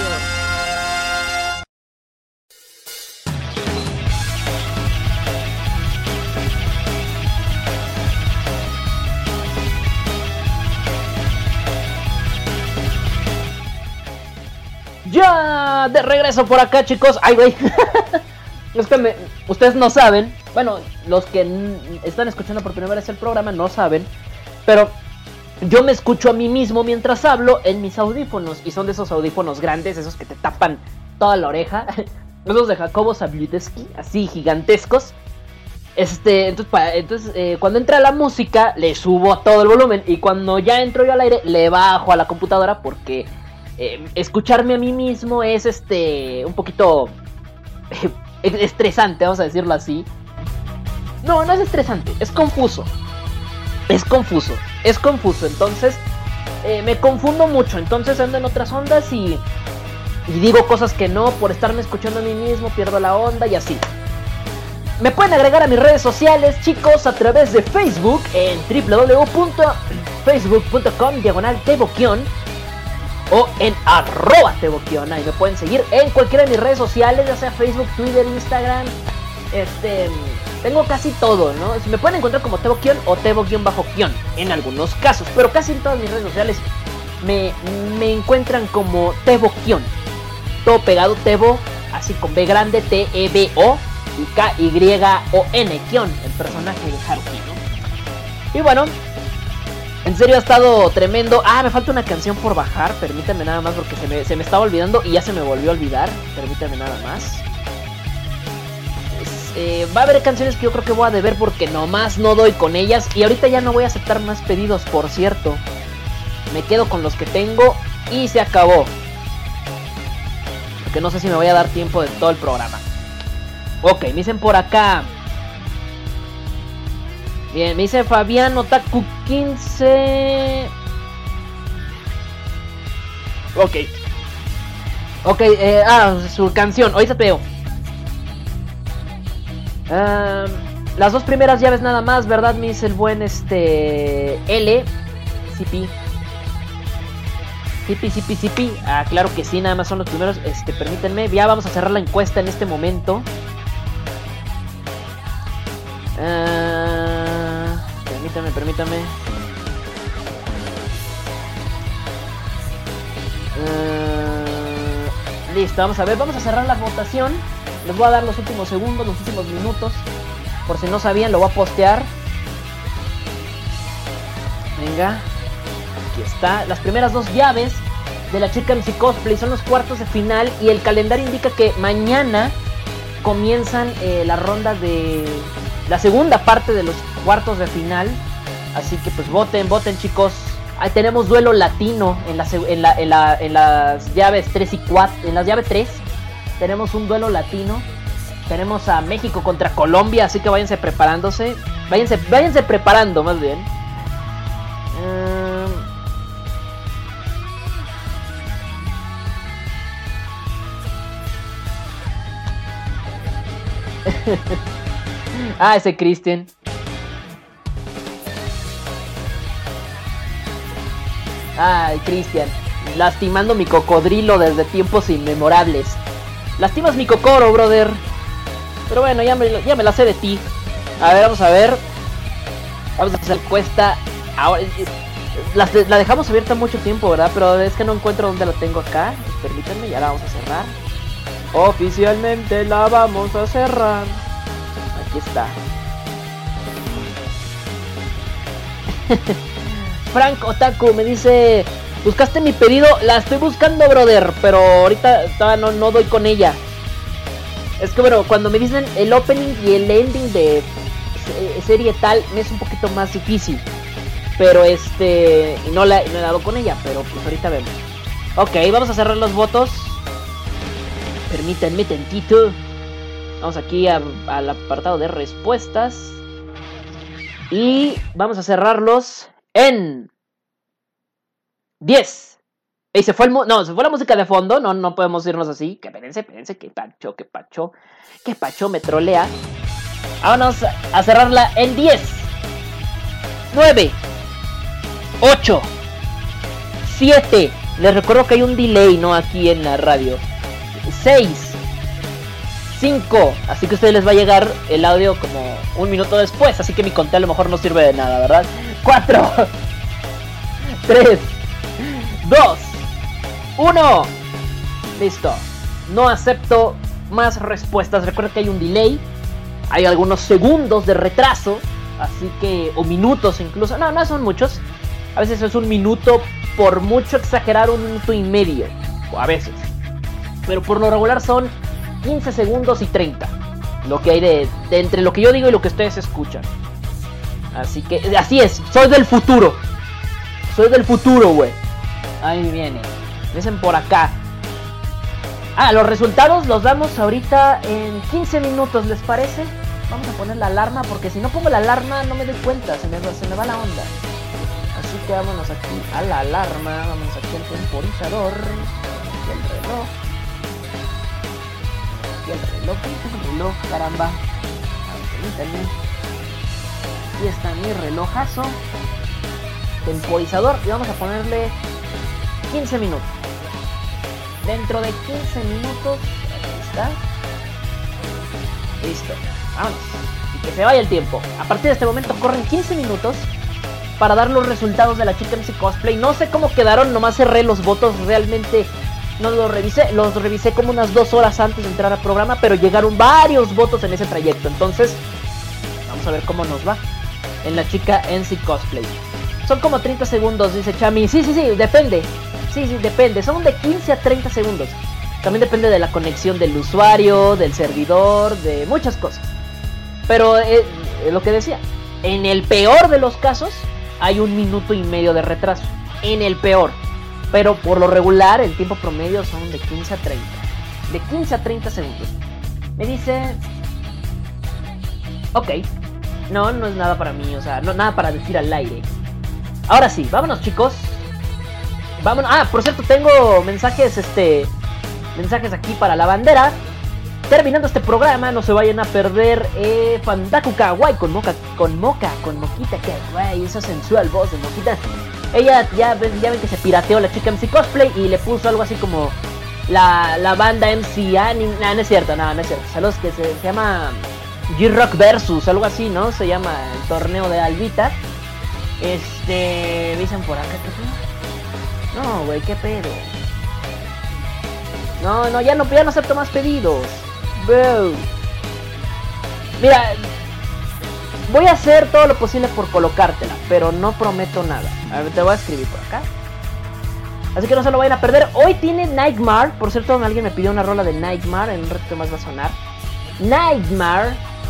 Ya de regreso por acá, chicos. Ay, güey. Es que ustedes no saben. Bueno, los que están escuchando por primera vez el programa no saben. Pero yo me escucho a mí mismo mientras hablo en mis audífonos. Y son de esos audífonos grandes, esos que te tapan toda la oreja. Esos de Jacobo Zabludowski, así gigantescos. Entonces cuando entra la música, le subo a todo el volumen. Y cuando ya entro yo al aire, le bajo a la computadora. Porque escucharme a mí mismo es un poquito estresante, vamos a decirlo así. No es estresante, es confuso. Entonces me confundo mucho. Entonces ando en otras ondas y digo cosas que no. Por estarme escuchando a mí mismo pierdo la onda y así. Me pueden agregar a mis redes sociales, chicos, a través de Facebook en www.facebook.com/Teboquion o en @Teboquion. Ahí me pueden seguir en cualquiera de mis redes sociales, ya sea Facebook, Twitter, Instagram. Tengo casi todo, ¿no? Me pueden encontrar como Teboquion o Tebo-Kion en algunos casos, pero casi en todas mis redes sociales me encuentran como Teboquion. Todo pegado, Tebo, así con B grande, T-E-B-O y K-Y-O-N, Kion, el personaje de Haruki, ¿no? Y bueno, en serio ha estado tremendo. Me falta una canción por bajar, permítanme nada más porque se me estaba olvidando y ya se me volvió a olvidar. Permítanme nada más. Va a haber canciones que yo creo que voy a deber porque nomás no doy con ellas. Y ahorita ya no voy a aceptar más pedidos, por cierto. Me quedo con los que tengo y se acabó. Porque no sé si me voy a dar tiempo de todo el programa. Ok, me dicen por acá. Bien, me dice Fabián Otaku 15. Ok, su canción, ahorita te veo. Las 2 primeras llaves nada más, ¿verdad? Me dice el buen L. CP. Claro que sí, nada más son los primeros. Permítanme, ya vamos a cerrar la encuesta en este momento. Permítame. Listo, vamos a ver, vamos a cerrar la votación. Les voy a dar los últimos segundos, los últimos minutos. Por si no sabían, lo voy a postear. Venga, aquí está. Las primeras 2 llaves de la chica MC Cosplay son los cuartos de final. Y el calendario indica que mañana comienzan la ronda de la segunda parte de los cuartos de final. Así que pues voten chicos. Ahí tenemos duelo latino en las llaves 3 y 4. En las llaves 3 tenemos un duelo latino. Tenemos a México contra Colombia, así que váyanse preparándose. Váyanse preparando más bien. Ese Cristian. Ay, Cristian, lastimando mi cocodrilo desde tiempos inmemorables. Lastimas mi cocoro, brother. Pero bueno, ya me la sé de ti. A ver, vamos a ver. Vamos a hacer encuesta. Ahora, la dejamos abierta mucho tiempo, ¿verdad? Pero es que no encuentro dónde la tengo acá. Permítanme, ya la vamos a cerrar. Oficialmente la vamos a cerrar. Aquí está. Frank Otaku me dice: ¿buscaste mi pedido? La estoy buscando, brother, pero ahorita todavía no doy con ella. Es que bueno, cuando me dicen el opening y el ending de serie tal, me es un poquito más difícil. Pero no he dado con ella, pero pues ahorita vemos. Ok, vamos a cerrar los votos. Permítanme tantito. Vamos aquí al apartado de respuestas. Y vamos a cerrarlos en 10. Y se fue se fue la música de fondo. No podemos irnos así. Que espérense, que pacho me trolea. Vámonos a cerrarla en 10, 9, 8, 7. Les recuerdo que hay un delay, ¿no? Aquí en la radio. 6, 5. Así que a ustedes les va a llegar el audio como un minuto después. Así que mi conteo a lo mejor no sirve de nada, ¿verdad? 4, 3, 2, 1. Listo. No acepto más respuestas. Recuerda que hay un delay. Hay algunos segundos de retraso. Así que... o minutos incluso. No son muchos. A veces es un minuto. Por mucho exagerar, 1 minuto y medio. O a veces. Pero por lo regular son 15 segundos y 30. Lo que hay de entre lo que yo digo y lo que ustedes escuchan. Así que... así es. Soy del futuro. Güey. Ahí viene. Dicen por acá. Los resultados los damos ahorita en 15 minutos, ¿les parece? Vamos a poner la alarma, porque si no pongo la alarma no me doy cuenta, se me va la onda. Así que vámonos aquí a la alarma, vámonos aquí al temporizador, aquí el reloj, caramba. Permítanme. Aquí está mi relojazo, temporizador, y vamos a ponerle 15 minutos. Dentro de 15 minutos, aquí está. Listo, vámonos. Y que se vaya el tiempo. A partir de este momento corren 15 minutos para dar los resultados de la Chica MC Cosplay. No sé cómo quedaron, nomás cerré los votos. Realmente no los revisé. Los revisé como unas 2 horas antes de entrar al programa, pero llegaron varios votos en ese trayecto. Entonces, vamos a ver cómo nos va en la Chica MC Cosplay. Son como 30 segundos, dice Chami. Sí, depende. Sí, depende, son de 15 a 30 segundos. También depende de la conexión del usuario, del servidor, de muchas cosas. Pero lo que decía, en el peor de los casos hay 1 minuto y medio de retraso. En el peor. Pero por lo regular el tiempo promedio son de 15 a 30. De 15 a 30 segundos. Me dice... ok. No es nada para mí, o sea, no nada para decir al aire. Ahora sí, vámonos, chicos. Vámonos. Por cierto, tengo mensajes aquí para la bandera. Terminando este programa, no se vayan a perder Fandaku Kawaii con Moquita, que guay, esa sensual voz de Moquita. Ella ya ven que se pirateó la Chica MC Cosplay y le puso algo así como la banda MC Anime. No es cierto. Saludos, que se llama G-Rock Versus, algo así, ¿no? Se llama el torneo de Albita. Me dicen por acá, ¿qué? No, güey, qué pedo. No, ya no acepto más pedidos. Bro. Mira, voy a hacer todo lo posible por colocártela, pero no prometo nada. A ver, te voy a escribir por acá. Así que no se lo vayan a perder. Hoy tiene Nightmare. Por cierto, alguien me pidió una rola de Nightmare. En un rato más va a sonar. Nightmare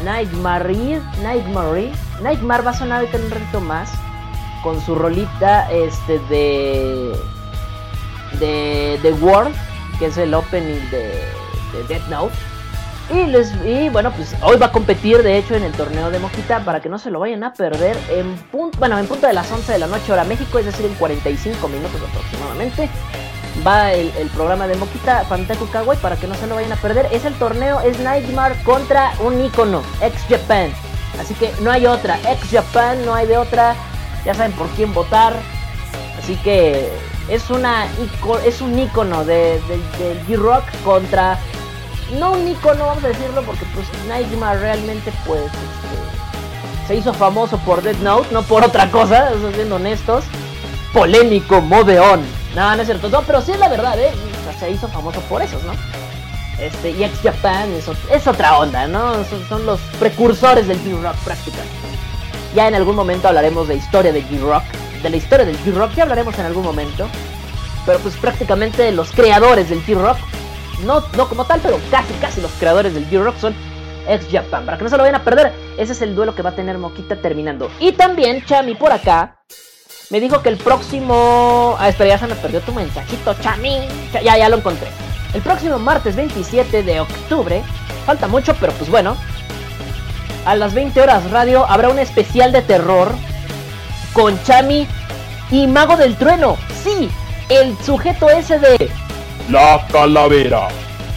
va a sonar ahorita en un ratito más. Con su rolita de The World, que es el opening Death Note. Y bueno, pues hoy va a competir de hecho en el torneo de Moquita, para que no se lo vayan a perder en punto de las 11 de la noche hora México, es decir, en 45 minutos aproximadamente. Va el programa de Moquita Fantaku Kawaii, para que no se lo vayan a perder. Es el torneo, es Nightmare contra un ícono, X Japan. Así que no hay otra, X Japan, no hay de otra. Ya saben por quién votar. Así que es un ícono del G-Rock contra... No un ícono, vamos a decirlo, porque pues Nightmare realmente pues se hizo famoso por Death Note, no por otra cosa, siendo honestos. Polémico, modeón. No es cierto, no, pero sí es la verdad, o sea, se hizo famoso por esos, ¿no? Y X Japan es otra onda, ¿no? Son los precursores del G-Rock prácticamente. Ya en algún momento hablaremos de historia de G-Rock, de la historia del G-Rock, ya hablaremos en algún momento. Pero pues prácticamente los creadores del G-Rock, no como tal, pero casi los creadores del G-Rock son X Japan. Para que no se lo vayan a perder, ese es el duelo que va a tener Moquita terminando. Y también Chami por acá me dijo que el próximo... espera, ya se me perdió tu mensajito, Chami. Ya lo encontré. El próximo martes 27 de octubre, falta mucho, pero pues bueno, a las 20 horas radio habrá un especial de terror con Chami y Mago del Trueno. Sí, el sujeto ese de... La Calavera.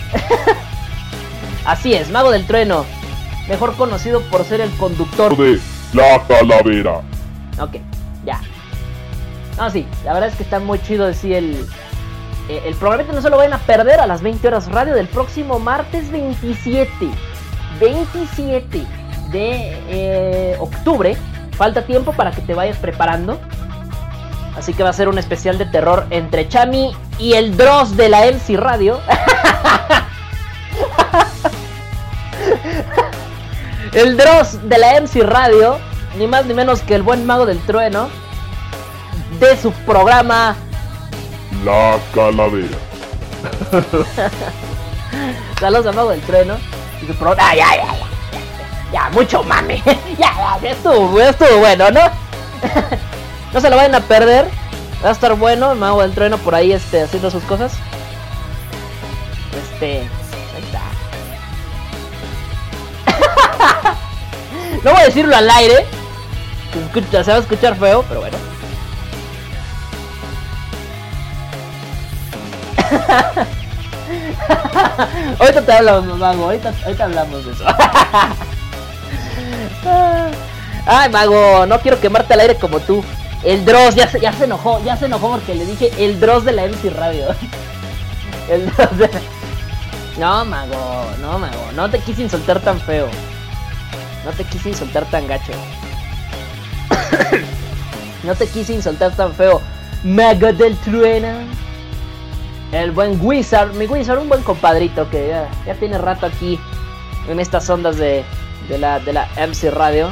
Así es, Mago del Trueno, mejor conocido por ser el conductor de La Calavera. Ok, ya. No, sí, la verdad es que está muy chido decir el programa. No se lo vayan a perder a las 20 horas radio del próximo martes 27 de octubre. Falta tiempo para que te vayas preparando. Así que va a ser un especial de terror entre Chami y el Dross de la MC Radio. El Dross de la MC Radio, ni más ni menos que el buen Mago del Trueno, de su programa La Calavera. Saludos a Mago del Trueno y su programa. Ya, mucho mame. Ya, estuvo bueno, ¿no? No se lo vayan a perder. Va a estar bueno, Mago del Trueno por ahí haciendo sus cosas. Ahí está. No voy a decirlo al aire, se va a escuchar feo, pero bueno. Ahorita te hablamos, Mago, ahorita hablamos de eso. Ay, Mago, no quiero quemarte al aire como tú. El Dross ya se enojó porque le dije el Dross de la MC Radio. El Dross de... No, Mago, no te quise insultar tan feo. No te quise insultar tan gacho. No te quise insultar tan feo. Mago del Trueno. El buen Wizard, mi Wizard, un buen compadrito que ya tiene rato aquí en estas ondas de la MC Radio.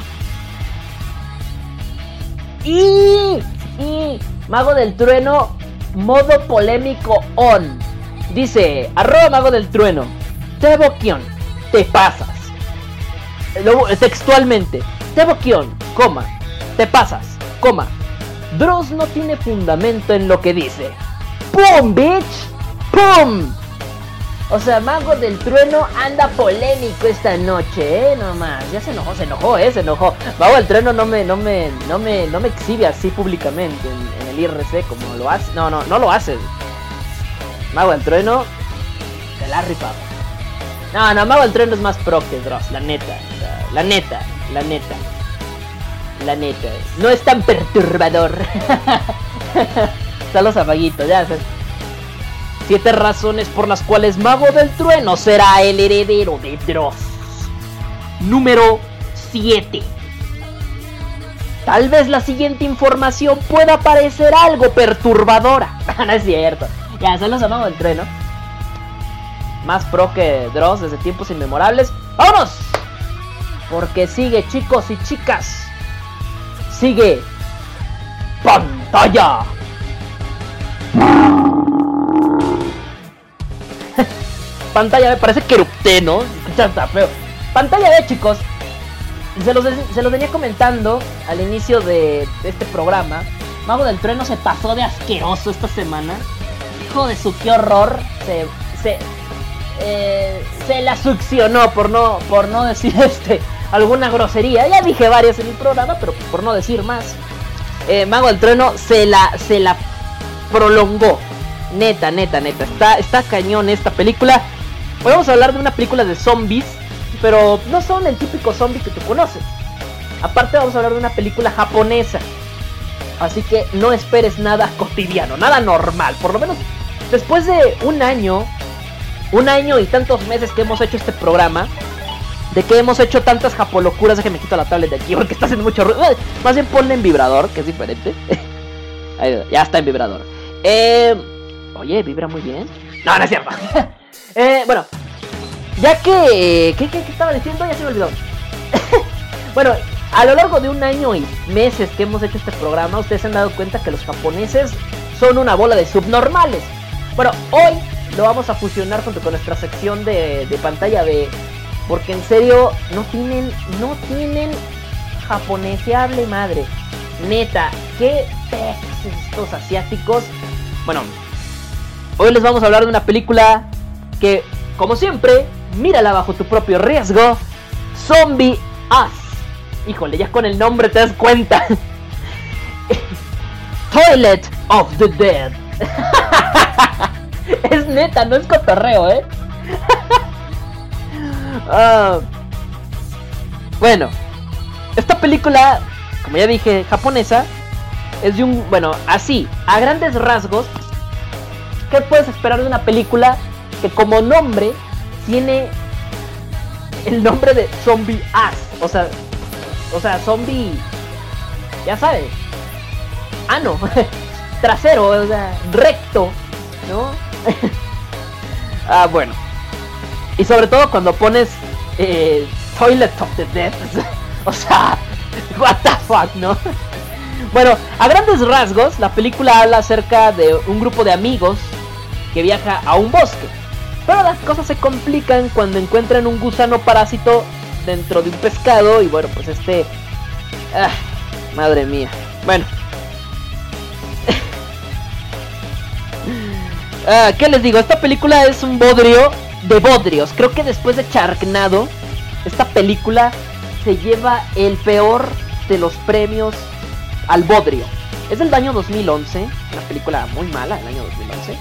Y Mago del Trueno, modo polémico on. Dice, @Mago del Trueno, Teboquion, te pasas. Textualmente, Teboquion, te pasas, Dross no tiene fundamento en lo que dice. ¡Pum, bitch! ¡Pum! O sea, Mago del Trueno anda polémico esta noche, nomás. Ya se enojó. Mago del Trueno no me exhibe así públicamente en el IRC como lo hace. No lo hace. Mago del Trueno te la ha rifado. No, Mago del Trueno es más pro que Dross, la neta. No es tan perturbador. Saludos a Maguito, ya sabes. 7 razones por las cuales Mago del Trueno será el heredero de Dross. Número 7. Tal vez la siguiente información pueda parecer algo perturbadora. No es cierto. Ya, saludos a Mago del Trueno. Más pro que Dross desde tiempos inmemorables. ¡Vámonos! Porque sigue, chicos y chicas. Sigue Pantalla. Pantalla B, parece que erupté, ¿no? Está feo. Pantalla B, chicos. Se los venía comentando al inicio de este programa. Mago del Trueno se pasó de asqueroso esta semana. Hijo de su, qué horror. se la succionó, por no decir alguna grosería. Ya dije varias en el programa, pero por no decir más. Mago del Trueno se la prolongó. Neta. Está cañón esta película. Hoy vamos a hablar de una película de zombies, pero no son el típico zombie que tú conoces. Aparte vamos a hablar de una película japonesa. Así que no esperes nada cotidiano, nada normal. Por lo menos después de un año y tantos meses que hemos hecho este programa, de que hemos hecho tantas japolocuras. Déjame quito la tablet de aquí porque está haciendo mucho ruido. Más bien ponle en vibrador, que es diferente. Ahí, ya está en vibrador. Oye, vibra muy bien. No es cierto. Bueno, ya que... ¿Qué estaba diciendo? Ya se me olvidó. Bueno, a lo largo de un año y meses que hemos hecho este programa, ustedes se han dado cuenta que los japoneses son una bola de subnormales. Bueno, hoy lo vamos a fusionar junto con nuestra sección de pantalla B, porque en serio no tienen japoneseable madre. Neta, qué peces estos asiáticos. Bueno, hoy les vamos a hablar de una película que, como siempre, mírala bajo tu propio riesgo. Zombie Us. Híjole, ya con el nombre te das cuenta. Toilet of the Dead. Es neta, no es cotorreo, Bueno, esta película, como ya dije, japonesa, es de un... Bueno, así, a grandes rasgos, ¿qué puedes esperar de una película que como nombre tiene el nombre de Zombie Us? O sea, zombie, ya sabes, ano, trasero, o sea, recto, ¿no? Bueno. Y sobre todo cuando pones Toilet of the Dead, o sea, what the fuck, ¿no? Bueno, a grandes rasgos, la película habla acerca de un grupo de amigos que viaja a un bosque. Pero las cosas se complican cuando encuentran un gusano parásito dentro de un pescado. Y bueno, pues madre mía. Bueno. ¿Qué les digo? Esta película es un bodrio de bodrios. Creo que después de Sharknado, esta película se lleva el peor de los premios al bodrio. Es del año 2011. Una película muy mala del año 2011.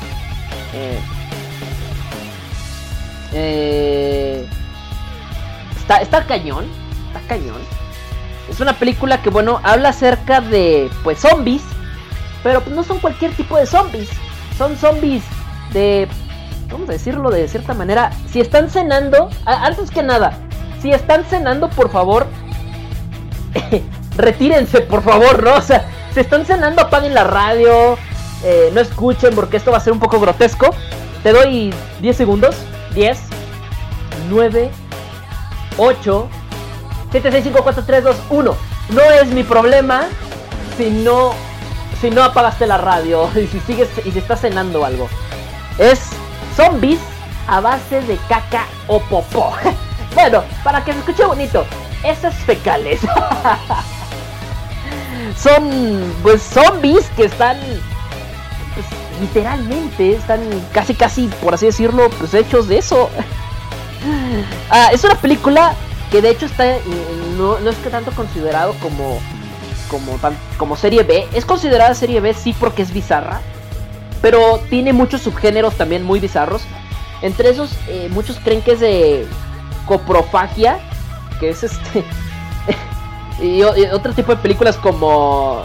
Está cañón. Es una película que, bueno, habla acerca de, pues, zombies. Pero pues no son cualquier tipo de zombies. Son zombies de... Vamos a decirlo de cierta manera. Si están cenando, antes que nada, si están cenando, por favor, retírense, por favor, ¿no? O sea, si están cenando, apaguen la radio, no escuchen, porque esto va a ser un poco grotesco. Te doy 10 segundos. 10, 9, 8, 7, 6, 5, 4, 3, 2, 1. No es mi problema si no apagaste la radio y si estás cenando algo. Es zombies a base de caca o popó. Bueno, para que se escuche bonito, esas fecales. Son, pues, zombies que están, pues, literalmente, están casi, por así decirlo, pues, hechos de eso. Es una película que de hecho está, no es que tanto considerado como serie B. Es considerada serie B, sí, porque es bizarra, pero tiene muchos subgéneros también muy bizarros. Entre esos, muchos creen que es de coprofagia, que es y otro tipo de películas como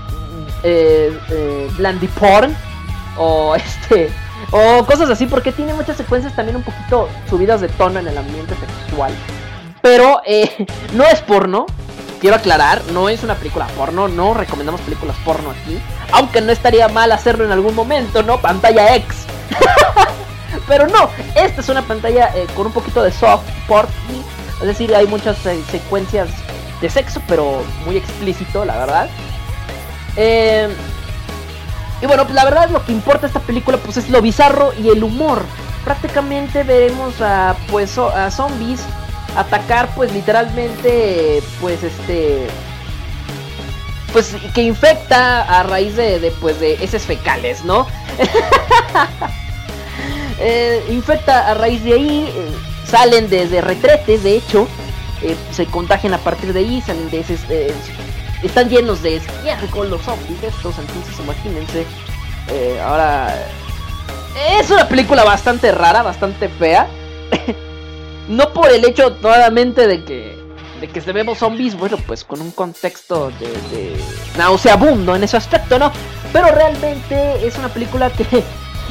Blandy Porn o cosas así, porque tiene muchas secuencias también un poquito subidas de tono en el ambiente sexual. Pero no es porno, quiero aclarar, no es una película porno, no recomendamos películas porno aquí, aunque no estaría mal hacerlo en algún momento, ¿no? Pantalla X. Pero no, esta es una pantalla con un poquito de soft porn, es decir, hay muchas secuencias de sexo, pero muy explícito, la verdad. Y bueno, pues la verdad lo que importa esta película, pues, es lo bizarro y el humor. Prácticamente veremos a zombies atacar, pues, literalmente, pues, pues, que infecta a raíz de heces fecales, ¿no? infecta a raíz de ahí, salen desde retretes, de hecho, se contagian a partir de ahí, salen de ese, están llenos de estiércol los zombies estos, entonces imagínense. Ahora, es una película bastante rara, bastante fea. No por el hecho nuevamente de que se vemos zombies, bueno, pues con un contexto de nauseabundo en ese aspecto, ¿no? Pero realmente es una película que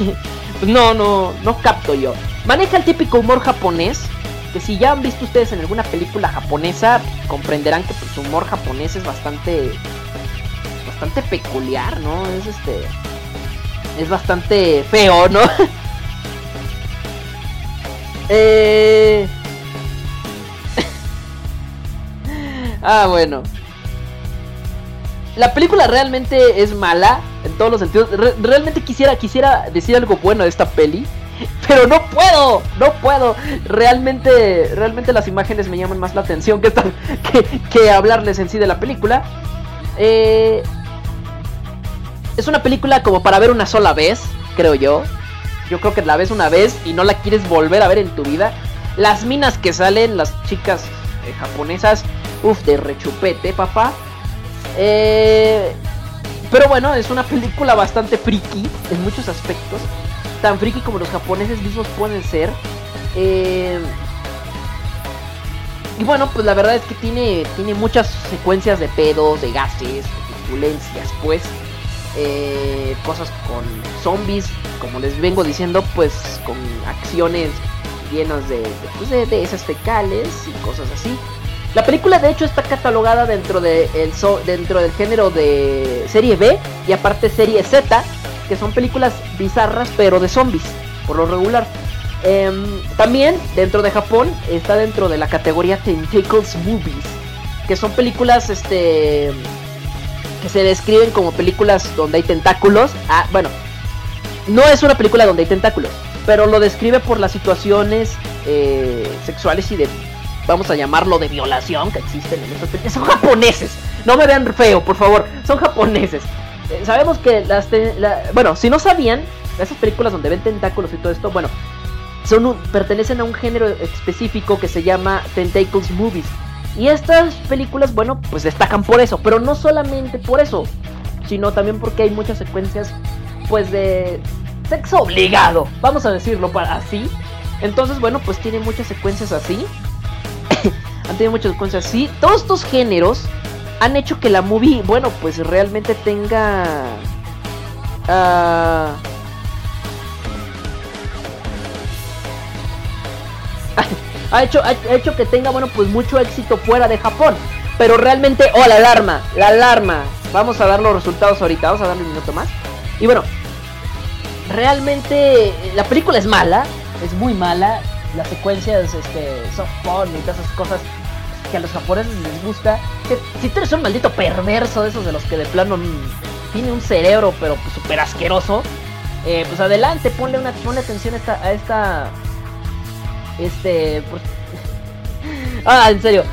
no capto yo. Maneja el típico humor japonés, que si ya han visto ustedes en alguna película japonesa, comprenderán que pues, su humor japonés es bastante peculiar, ¿no? Es bastante feo, ¿no? Bueno. La película realmente es mala en todos los sentidos. Realmente quisiera decir algo bueno de esta peli, pero no puedo. Realmente las imágenes me llaman más la atención que hablarles en sí de la película. Es una película como para ver una sola vez, creo yo. Yo creo que la ves una vez y no la quieres volver a ver en tu vida. Las minas que salen, las chicas japonesas, de rechupete, papá. Pero bueno, es una película bastante friki en muchos aspectos. Tan friki como los japoneses mismos pueden ser. Y bueno, pues la verdad es que tiene muchas secuencias de pedos, de gases, de turbulencias, pues. Cosas con zombies, como les vengo diciendo, pues con acciones llenas de heces fecales y cosas así. La película de hecho está catalogada dentro del género de serie B y aparte serie Z, que son películas bizarras pero de zombies, por lo regular. También dentro de Japón está dentro de la categoría Tentacles Movies, que son películas que se describen como películas donde hay tentáculos. Bueno, no es una película donde hay tentáculos, pero lo describe por las situaciones sexuales y de, vamos a llamarlo, de violación que existen en estas películas. Son japoneses, no me vean feo, por favor, son japoneses. Sabemos que bueno, si no sabían, esas películas donde ven tentáculos y todo esto, bueno, pertenecen a un género específico que se llama Tentacles Movies. Y estas películas, bueno, pues destacan por eso, pero no solamente por eso, sino también porque hay muchas secuencias, pues, de sexo obligado, vamos a decirlo así. Entonces, bueno, pues tiene muchas secuencias así. Han tenido muchas secuencias así. Todos estos géneros han hecho que la movie, bueno, pues realmente tenga... Ha hecho que tenga, bueno, pues mucho éxito fuera de Japón. Pero realmente, la alarma. Vamos a dar los resultados ahorita, vamos a darle un minuto más. Y bueno, realmente la película es mala, es muy mala. Las secuencias soft porn y todas esas cosas que a los japoneses les gusta. Si tú eres un maldito perverso de esos de los que de plano tiene un cerebro pero pues, súper asqueroso, pues adelante, ponle atención a esta pues... en serio,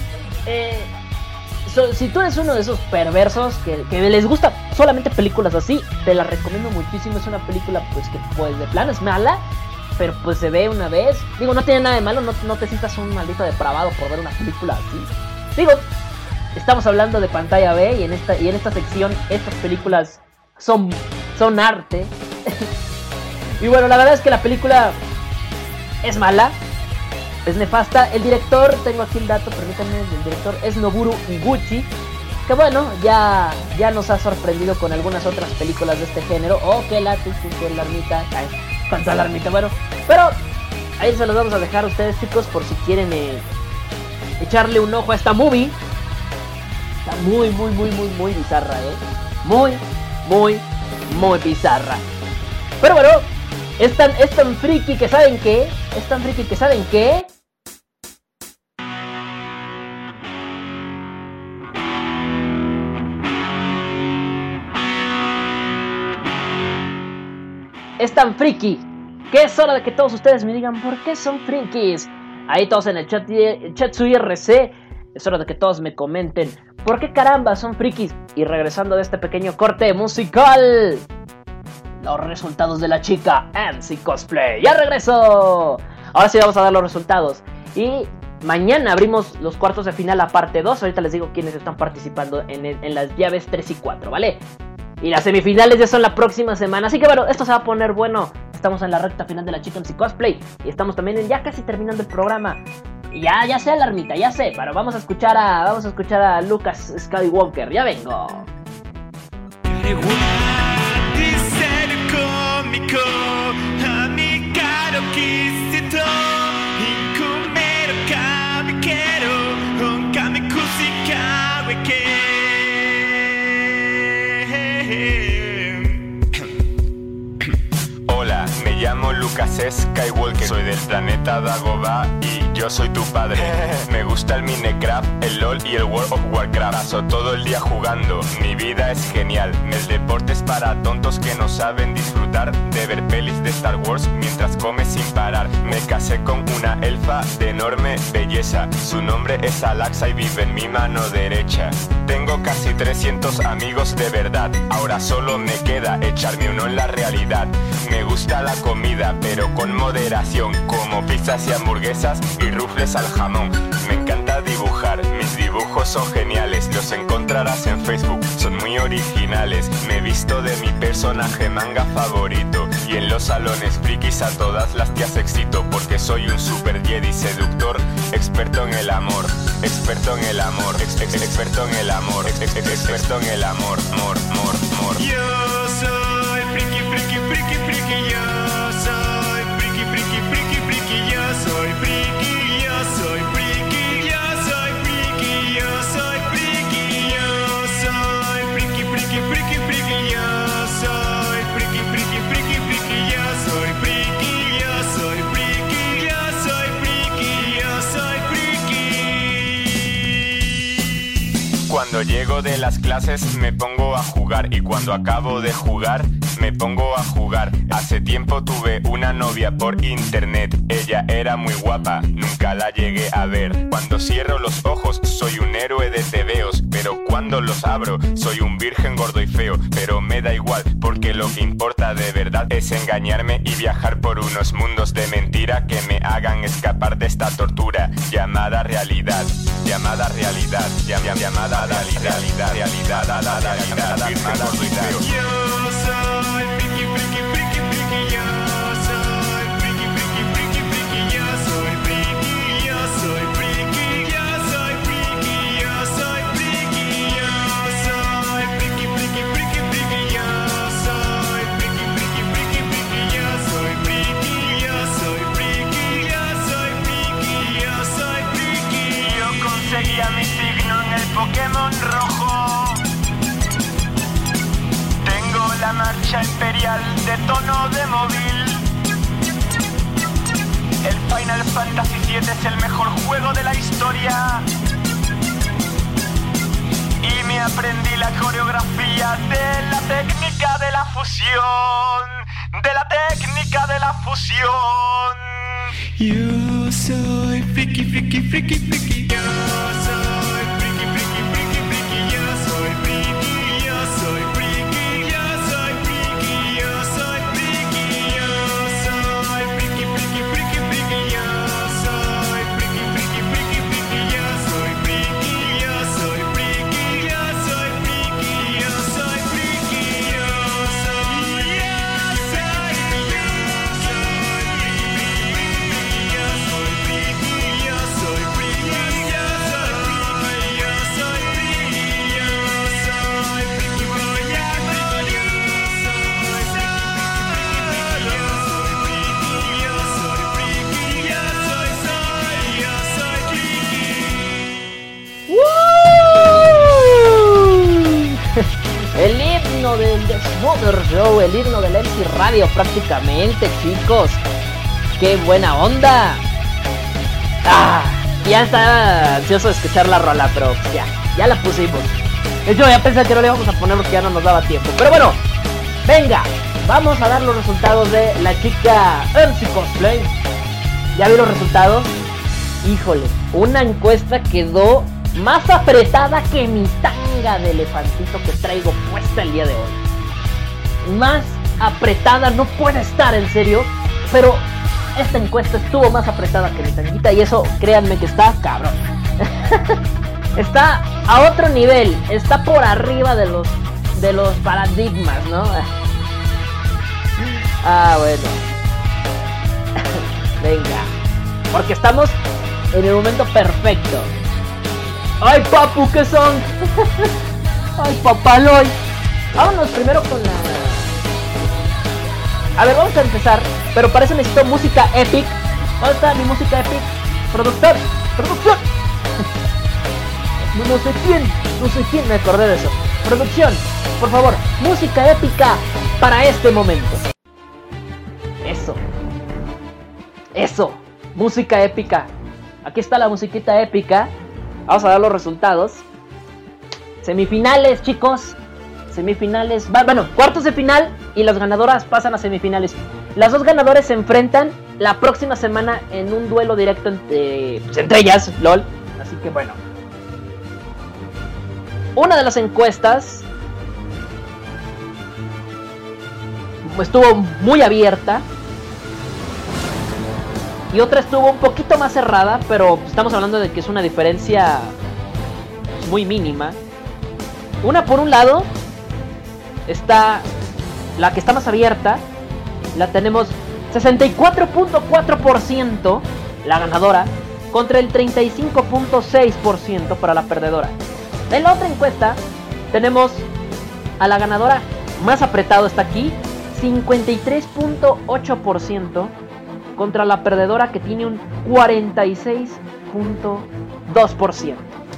si tú eres uno de esos perversos que les gusta solamente películas así, te la recomiendo muchísimo. Es una película pues que pues de plano es mala, pero pues se ve una vez. Digo, no tiene nada de malo, no te sientas un maldito depravado por ver una película así. Digo, estamos hablando de pantalla B y en esta sección estas películas son arte. Y bueno, la verdad es que la película es mala, es nefasta. El director, tengo aquí el dato, permítanme, el director es Noboru Iguchi, que bueno, ya nos ha sorprendido con algunas otras películas de este género. Que la ermita, con toda la ermita, bueno, pero ahí se los vamos a dejar a ustedes, chicos, por si quieren echarle un ojo a esta movie. Está muy bizarra, muy bizarra. Pero bueno, es tan friki que saben qué. Es tan friki que es hora de que todos ustedes me digan por qué son frikis. Ahí todos en el chat IRC. Es hora de que todos me comenten por qué caramba son frikis. Y regresando de este pequeño corte musical, los resultados de la chica MC Cosplay. ¡Ya regresó! Ahora sí vamos a dar los resultados. Y mañana abrimos los cuartos de final, la parte 2. Ahorita les digo quiénes están participando en las llaves 3 y 4, ¿vale? Y las semifinales ya son la próxima semana. Así que bueno, esto se va a poner bueno. Estamos en la recta final de la chica MC Cosplay. Y estamos también ya casi terminando el programa. Ya sé, alarmita, ya sé. Pero vamos a escuchar a Lucas Skywalker. Ya vengo. Hola, me llamo Lucas Skywalker, soy del planeta Dagobah y yo soy tu padre. Me gusta el Minecraft, el LOL y el World of Warcraft. Paso todo el día jugando, mi vida es genial. El deporte es para tontos que no saben disfrutar de ver pelis de Star Wars mientras come sin parar. Me casé con una elfa de enorme belleza. Su nombre es Alaxa y vive en mi mano derecha. Tengo casi 300 amigos de verdad. Ahora solo me queda echarme uno en la realidad. Me gusta la comida, pero con moderación, como pizzas y hamburguesas y rufles al jamón. Me encanta dibujar, mis dibujos son geniales, los encontrarás en Facebook, son muy originales. Me visto de mi personaje manga favorito y en los salones frikis a todas las tías excito, porque soy un super Jedi seductor, experto en el amor, experto en el amor, experto en el amor, experto en el amor, amor. Yo soy friki, friki, friki, friki, yo soy friki, friki, friki, friki, yo soy friki, yo soy friki, yo soy friki, yo soy friki, yo soy friki, friki, friki, friki, yo soy friki, friki, friki, friki, yo soy friki, yo soy friki, yo soy friki, yo soy friki. Cuando llego de las clases me pongo a jugar y cuando acabo de jugar me pongo a jugar. Hace tiempo tuve una novia por internet. Ella era muy guapa, nunca la llegué a ver. Cuando cierro los ojos soy un héroe de tebeos, pero cuando los abro soy un virgen gordo y feo. Pero me da igual, porque lo que importa de verdad es engañarme y viajar por unos mundos de mentira que me hagan escapar de esta tortura llamada realidad. Llamada realidad, llamada realidad, realidad, virgen gordo y feo. Yo soy friki, friki, friki, friki, yo soy friki, friki, friki, friki, yo soy friki, yo soy friki, yo soy friki, yo soy friki, yo soy friki, friki, friki, friki, yo soy friki, friki, friki, friki, yo soy friki, yo soy friki, yo soy friki, yo soy friki. Yo conseguía mi signo en el Pokémon rojo. La marcha imperial de tono de móvil. El Final Fantasy VII es el mejor juego de la historia. Y me aprendí la coreografía de la técnica de la fusión. De la técnica de la fusión. Yo soy friki, friki, friki, friki. Yo soy friki, friki, friki, friki. Yo soy friki, yo soy friki. El himno del Desmother Show, el himno del MC Radio prácticamente, chicos. ¡Qué buena onda! Ya estaba ansioso de escuchar la rola, pero ya la pusimos. Yo ya pensé que no le íbamos a poner porque ya no nos daba tiempo. Pero bueno, venga, vamos a dar los resultados de la chica MC Cosplay. ¿Ya vi los resultados? Híjole, una encuesta quedó más apretada que mi tanga de elefantito que traigo puesta el día de hoy. Más apretada no puede estar, en serio. Pero esta encuesta estuvo más apretada que mi tanguita y eso, créanme que está cabrón. Está a otro nivel, está por arriba de los paradigmas, ¿no? Ah, bueno. Venga, porque estamos en el momento perfecto. ¡Ay, papu, qué son! ¡Ay, papaloy! Vámonos primero con la... A ver, vamos a empezar, pero para eso necesito música epic. ¿Dónde está mi música epic? Productor, producción. No sé quién me acordé de eso. Producción, por favor, música épica para este momento. Eso, música épica. Aquí está la musiquita épica. Vamos a dar los resultados. Semifinales, chicos. Semifinales, bueno, cuartos de final y las ganadoras pasan a semifinales. Las dos ganadoras se enfrentan la próxima semana en un duelo directo entre ellas, LOL. Así que bueno. Una de las encuestas estuvo muy abierta y otra estuvo un poquito más cerrada, pero estamos hablando de que es una diferencia muy mínima. Una, por un lado, está la que está más abierta. La tenemos 64.4% la ganadora contra el 35.6% para la perdedora. En la otra encuesta tenemos a la ganadora más apretado, está aquí, 53.8% contra la perdedora que tiene un 46.2%.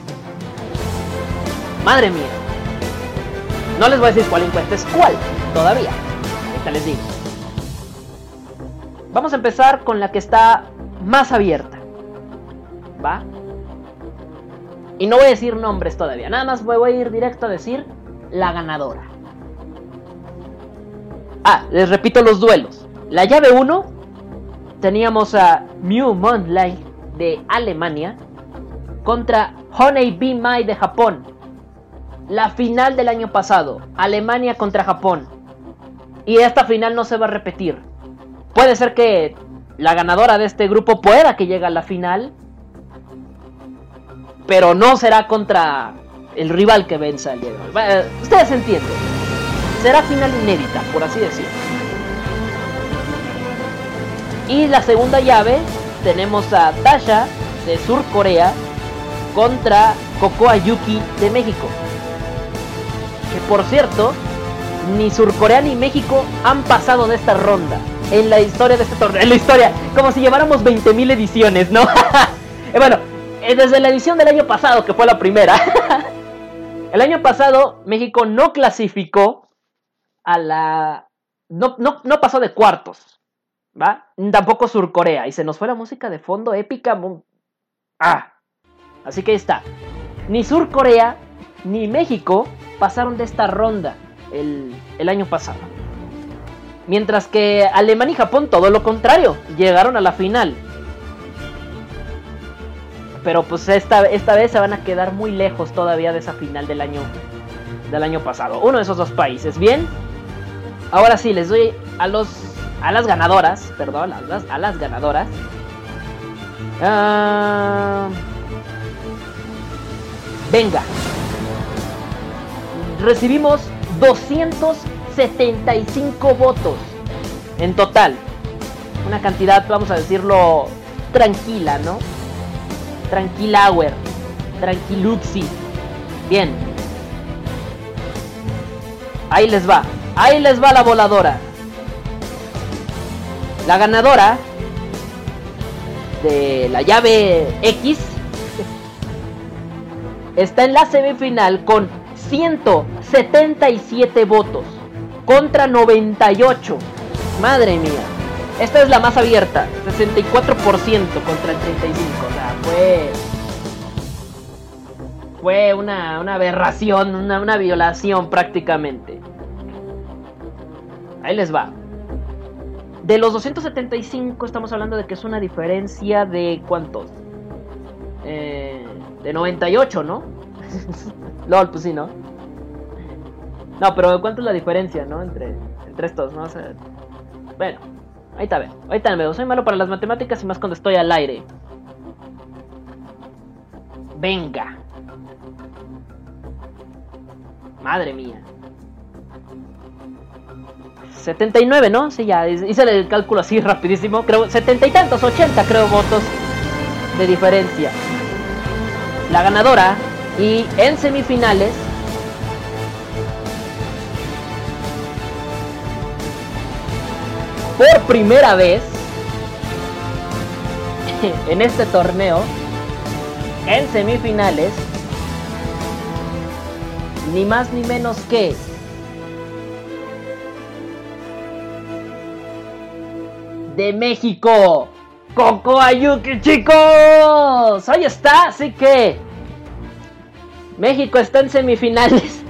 Madre mía. No les voy a decir cuál encuesta es cuál, todavía. Ahorita les digo. Vamos a empezar con la que está más abierta. ¿Va? Y no voy a decir nombres todavía, nada más voy a ir directo a decir la ganadora. Ah, les repito los duelos. La llave 1 teníamos a Mew Monlai de Alemania contra Honey Bee Mai de Japón. La final del año pasado, Alemania contra Japón. Y esta final no se va a repetir. Puede ser que la ganadora de este grupo pueda que llegue a la final, pero no será contra el rival que venza el día de hoy. Ustedes entienden. Será final inédita, por así decirlo. Y la segunda llave tenemos a Tasha de Sur Corea contra Cocoa Yuki de México. Que por cierto, ni Sur Corea ni México han pasado de esta ronda en la historia de este torneo. En la historia, como si lleváramos 20.000 ediciones, ¿no? Bueno, desde la edición del año pasado, que fue la primera. El año pasado México no clasificó a la... No pasó de cuartos, ¿va? Tampoco Sur Corea. Y se nos fue la música de fondo épica. Así que ahí está. Ni Sur Corea ni México pasaron de esta ronda el año pasado. Mientras que Alemania y Japón, todo lo contrario, llegaron a la final. Pero pues esta vez se van a quedar muy lejos todavía de esa final del año pasado. Uno de esos dos países. Bien. Ahora sí, les doy a las ganadoras. Perdón, a las ganadoras. Venga. Recibimos 275 votos en total. Una cantidad, vamos a decirlo, tranquila, ¿no? Tranquilauer, tranquiluxi. Bien. Ahí les va la voladora. La ganadora de la llave X está en la semifinal con 177 votos contra 98. Madre mía. Esta es la más abierta, 64% contra el 35%. O sea, fue una aberración, una violación prácticamente. Ahí les va. De los 275 estamos hablando de que es una diferencia de ¿cuántos? De 98, ¿no? LOL, pues sí, ¿no? No, pero ¿cuánto es la diferencia, no? Entre entre estos, ¿no? O sea, bueno, ahorita me veo. Soy malo para las matemáticas y más cuando estoy al aire. Venga. Madre mía. 79, ¿no? Sí, ya hice el cálculo así rapidísimo. Creo 70 y tantos, 80 creo votos de diferencia. La ganadora y en semifinales por primera vez en este torneo, en semifinales, ni más ni menos que de México, Coco Ayuki, chicos. Ahí está, así que México está en semifinales.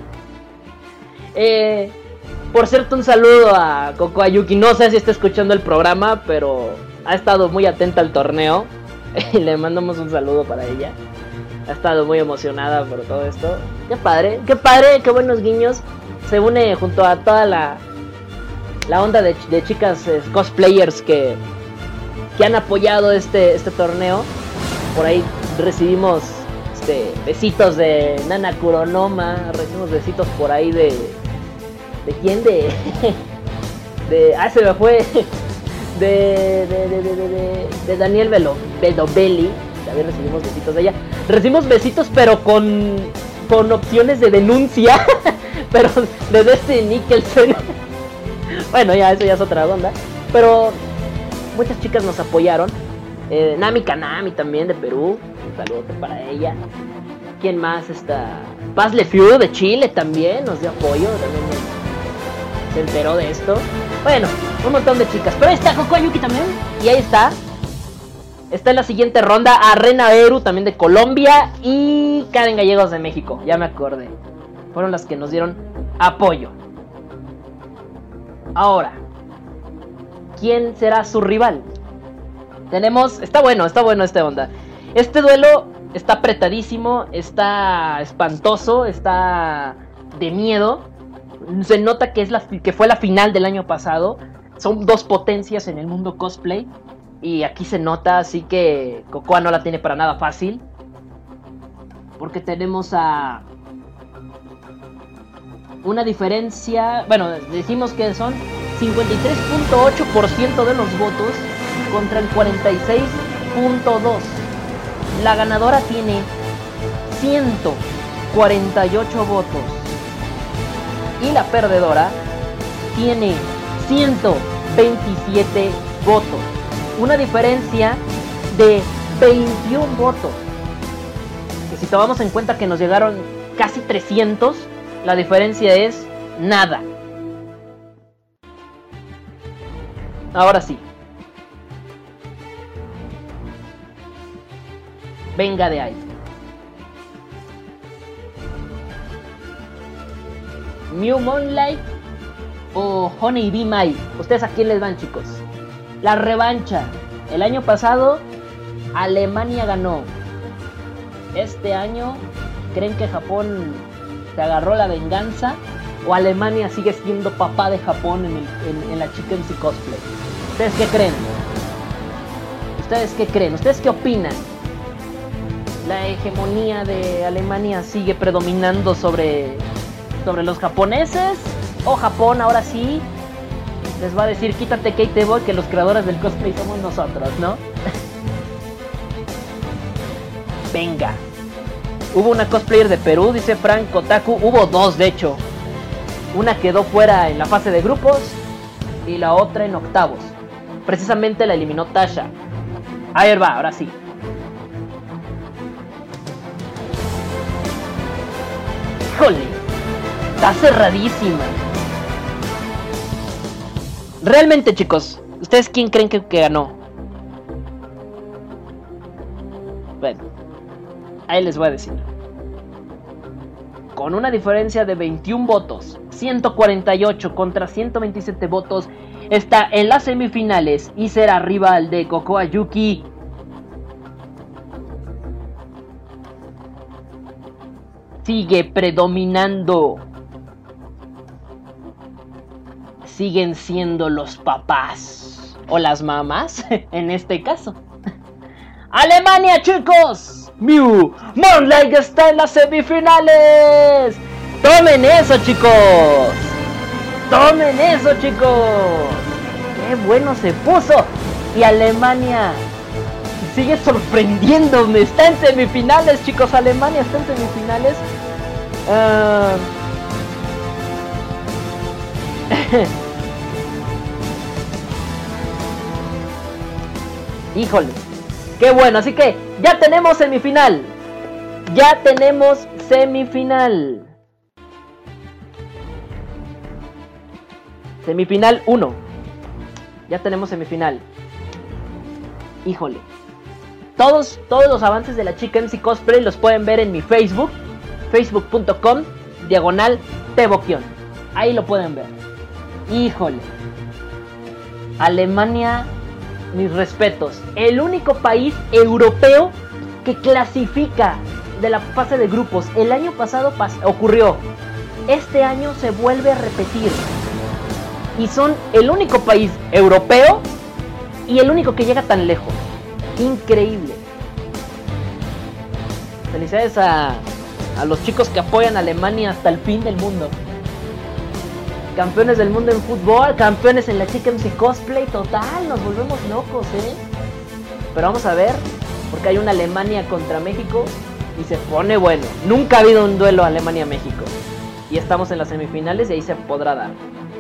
Por cierto, un saludo a Coco Ayuki. No sé si está escuchando el programa, pero ha estado muy atenta al torneo. Le mandamos un saludo para ella. Ha estado muy emocionada por todo esto. Qué padre, qué buenos guiños. Se une junto a toda la onda de chicas cosplayers que han apoyado este torneo. Por ahí recibimos besitos de Nana Kuronoma. Recibimos besitos por ahí ¿de quién? Se me fue. De Daniel Bedobelli. También recibimos besitos de ella. Recibimos besitos, pero con opciones de denuncia. Pero de Destiny Nicholson. Bueno, ya eso ya es otra onda. Pero muchas chicas nos apoyaron. Nami Kanami también de Perú. Un saludo para ella. ¿Quién más está? Paz Lefiu de Chile también nos dio apoyo. También se enteró de esto. Bueno, un montón de chicas. Pero ahí está Coco Ayuki también. Y ahí está. Está en la siguiente ronda Arena Eru también de Colombia. Y Karen Gallegos de México. Ya me acordé. Fueron las que nos dieron apoyo. Ahora, ¿quién será su rival? Está bueno esta onda. Este duelo está apretadísimo, está espantoso, está de miedo. Se nota que fue la final del año pasado. Son dos potencias en el mundo cosplay. Y aquí se nota, así que Cocoa no la tiene para nada fácil. Porque tenemos a una diferencia, bueno, decimos que son 53.8% de los votos contra el 46.2%. La ganadora tiene 148 votos y la perdedora tiene 127 votos. Una diferencia de 21 votos. Que si tomamos en cuenta que nos llegaron casi 300, la diferencia es nada. Ahora sí. Venga de ahí. Mew Moonlight o Honey Bee Mai. ¿Ustedes a quién les van, chicos? La revancha. El año pasado Alemania ganó. Este año, ¿creen que Japón se agarró la venganza? ¿O Alemania sigue siendo papá de Japón en la Chicken Sea Cosplay? ¿Ustedes qué creen? ¿Ustedes qué opinan? ¿La hegemonía de Alemania sigue predominando sobre los japoneses? ¿O Japón ahora sí les va a decir, quítate Kate Boy, que los creadores del cosplay somos nosotros, ¿no? Venga. Hubo una cosplayer de Perú, dice Frank Kotaku. Hubo dos, de hecho. Una quedó fuera en la fase de grupos y la otra en octavos. Precisamente la eliminó Tasha. Ahí va, ahora sí. Híjole, está cerradísima. Realmente, chicos, ¿ustedes quién creen que ganó? Bueno, ahí les voy a decir. Con una diferencia de 21 votos, 148 contra 127 votos, está en las semifinales y será rival de Coco Ayuki. Sigue predominando siguen siendo los papás o las mamás en este caso. ¡Alemania, chicos! ¡Miu! ¡Monlake está en las semifinales! ¡Tomen eso, chicos! ¡Tomen eso, chicos! ¡Qué bueno se puso! Y Alemania sigue sorprendiéndome. Está en semifinales, chicos. Alemania está en semifinales. Híjole, qué bueno. Así que ya tenemos semifinal. Ya tenemos semifinal. Semifinal 1. Ya tenemos semifinal. Híjole. Todos los avances de la chica MC Cosplay los pueden ver en mi Facebook. Facebook.com/Teboquión. Ahí lo pueden ver. Híjole. Alemania, mis respetos. El único país europeo que clasifica de la fase de grupos. El año pasado ocurrió. Este año se vuelve a repetir. Y son el único país europeo y el único que llega tan lejos. Increíble. Felicidades a los chicos que apoyan a Alemania hasta el fin del mundo. Campeones del mundo en fútbol, campeones en la chica MC Cosplay. Total, nos volvemos locos, Pero vamos a ver, porque hay una Alemania contra México y se pone bueno. Nunca ha habido un duelo Alemania-México. Y estamos en las semifinales y ahí se podrá dar.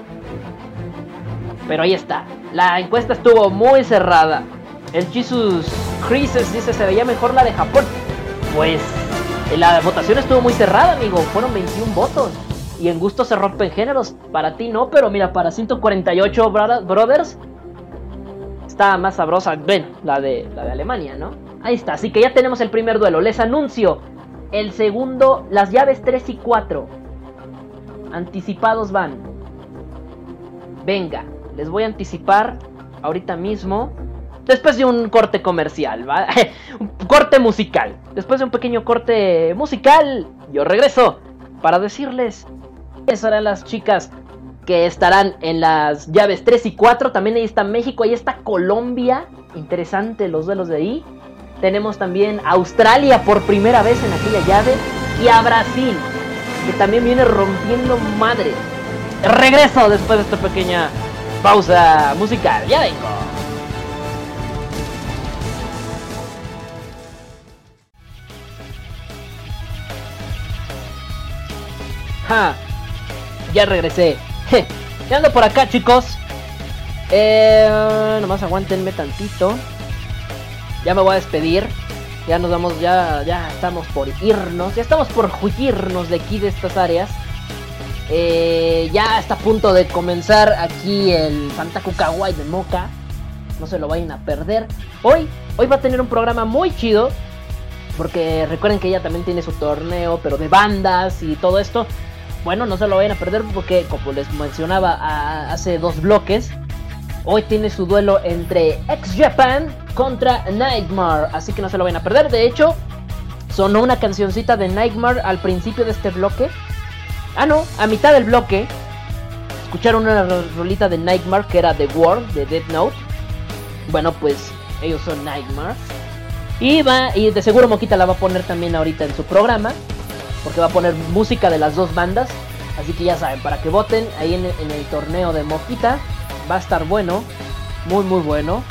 Pero ahí está. La encuesta estuvo muy cerrada. El Jesus Crisis dice: se veía mejor la de Japón. Pues la votación estuvo muy cerrada, amigo. Fueron 21 votos. Y en gusto se rompen géneros. Para ti no, pero mira, para 148 Brothers está más sabrosa. Ven, la de Alemania, ¿no? Ahí está. Así que ya tenemos el primer duelo. Les anuncio el segundo. Las llaves 3 y 4 anticipados van. Venga, les voy a anticipar ahorita mismo. Después de un corte comercial, ¿va? Un corte musical. Después de un pequeño corte musical, yo regreso para decirles quiénes serán las chicas que estarán en las llaves 3 y 4. También ahí está México, ahí está Colombia. Interesante los duelos de ahí. Tenemos también a Australia por primera vez en aquella llave. Y a Brasil, que también viene rompiendo madre. Regreso después de esta pequeña pausa musical. Ya vengo. Ya regresé. Ya ando por acá, chicos. Nomás aguántenme tantito. Ya me voy a despedir. Ya nos vamos, ya estamos por irnos. Ya estamos por huirnos de aquí, de estas áreas. Ya está a punto de comenzar aquí el Fantaku Kawaii de Moca. No se lo vayan a perder. Hoy va a tener un programa muy chido. Porque recuerden que ella también tiene su torneo, pero de bandas y todo esto. Bueno, no se lo vayan a perder porque, como les mencionaba hace 2 bloques, hoy tiene su duelo entre X Japan contra Nightmare. Así que no se lo vayan a perder. De hecho, sonó una cancioncita de Nightmare al principio de este bloque. No, a mitad del bloque escucharon una rolita de Nightmare que era The World de Death Note. Bueno, pues ellos son Nightmare. Y de seguro Moquita la va a poner también ahorita en su programa, porque va a poner música de las dos bandas. Así que ya saben, para que voten ahí en el torneo de Moquita. Va a estar bueno, muy muy bueno.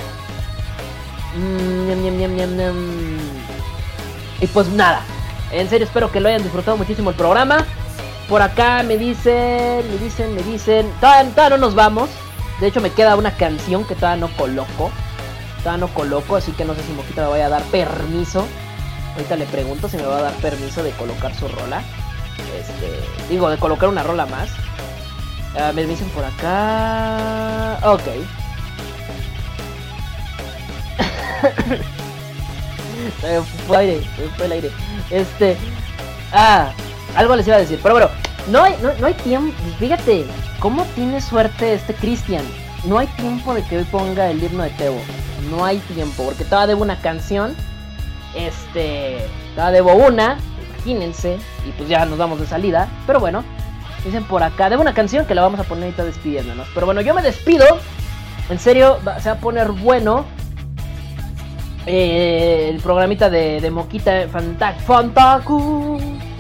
Y pues nada, en serio espero que lo hayan disfrutado muchísimo el programa. Por acá me dicen, todavía no nos vamos. De hecho me queda una canción que todavía no coloco, así que no sé si Moquita me vaya a dar permiso. Ahorita le pregunto si me va a dar permiso de colocar su rola. De colocar una rola más. Me dicen por acá. Ok. Fue el aire. Algo les iba a decir, pero bueno, no hay tiempo. Fíjate cómo tiene suerte Cristian. No hay tiempo de que hoy ponga el himno de Tebo. No hay tiempo, porque todavía debo una canción. Todavía debo una, imagínense. Y pues ya nos vamos de salida. Pero bueno, Dicen por acá, debo una canción que la vamos a poner ahorita despidiéndonos. Pero bueno, yo me despido. En serio, se va a poner bueno el programita de Moquita Fantaku,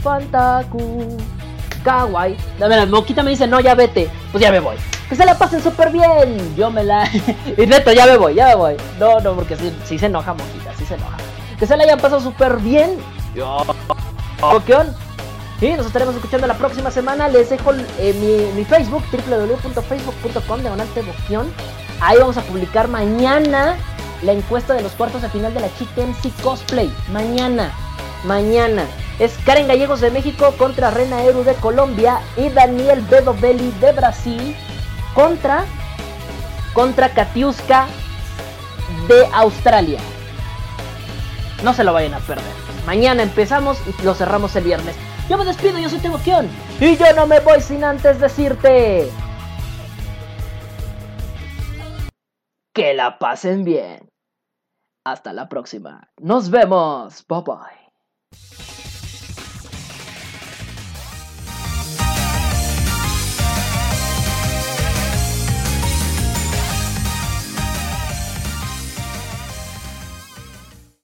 Kawaii. Mira, Moquita me dice, no, ya vete. Pues ya me voy. Que se la pasen súper bien. Yo me la... Y neto, ya me voy. No, porque sí se enoja Moquita, sí se enoja. Que se la hayan pasado súper bien. Yo... Y nos estaremos escuchando la próxima semana. Les dejo mi Facebook, www.facebook.com/Teboquión. Ahí vamos a publicar mañana la encuesta de los cuartos de final de la Chick MC Cosplay. Mañana. Es Karen Gallegos de México contra Rena Eru de Colombia y Daniel Bedobelli de Brasil contra Katiuska de Australia. No se lo vayan a perder. Mañana empezamos y lo cerramos el viernes. Yo me despido, yo soy Teboquión. Y yo no me voy sin antes decirte que la pasen bien. Hasta la próxima. Nos vemos. Bye bye.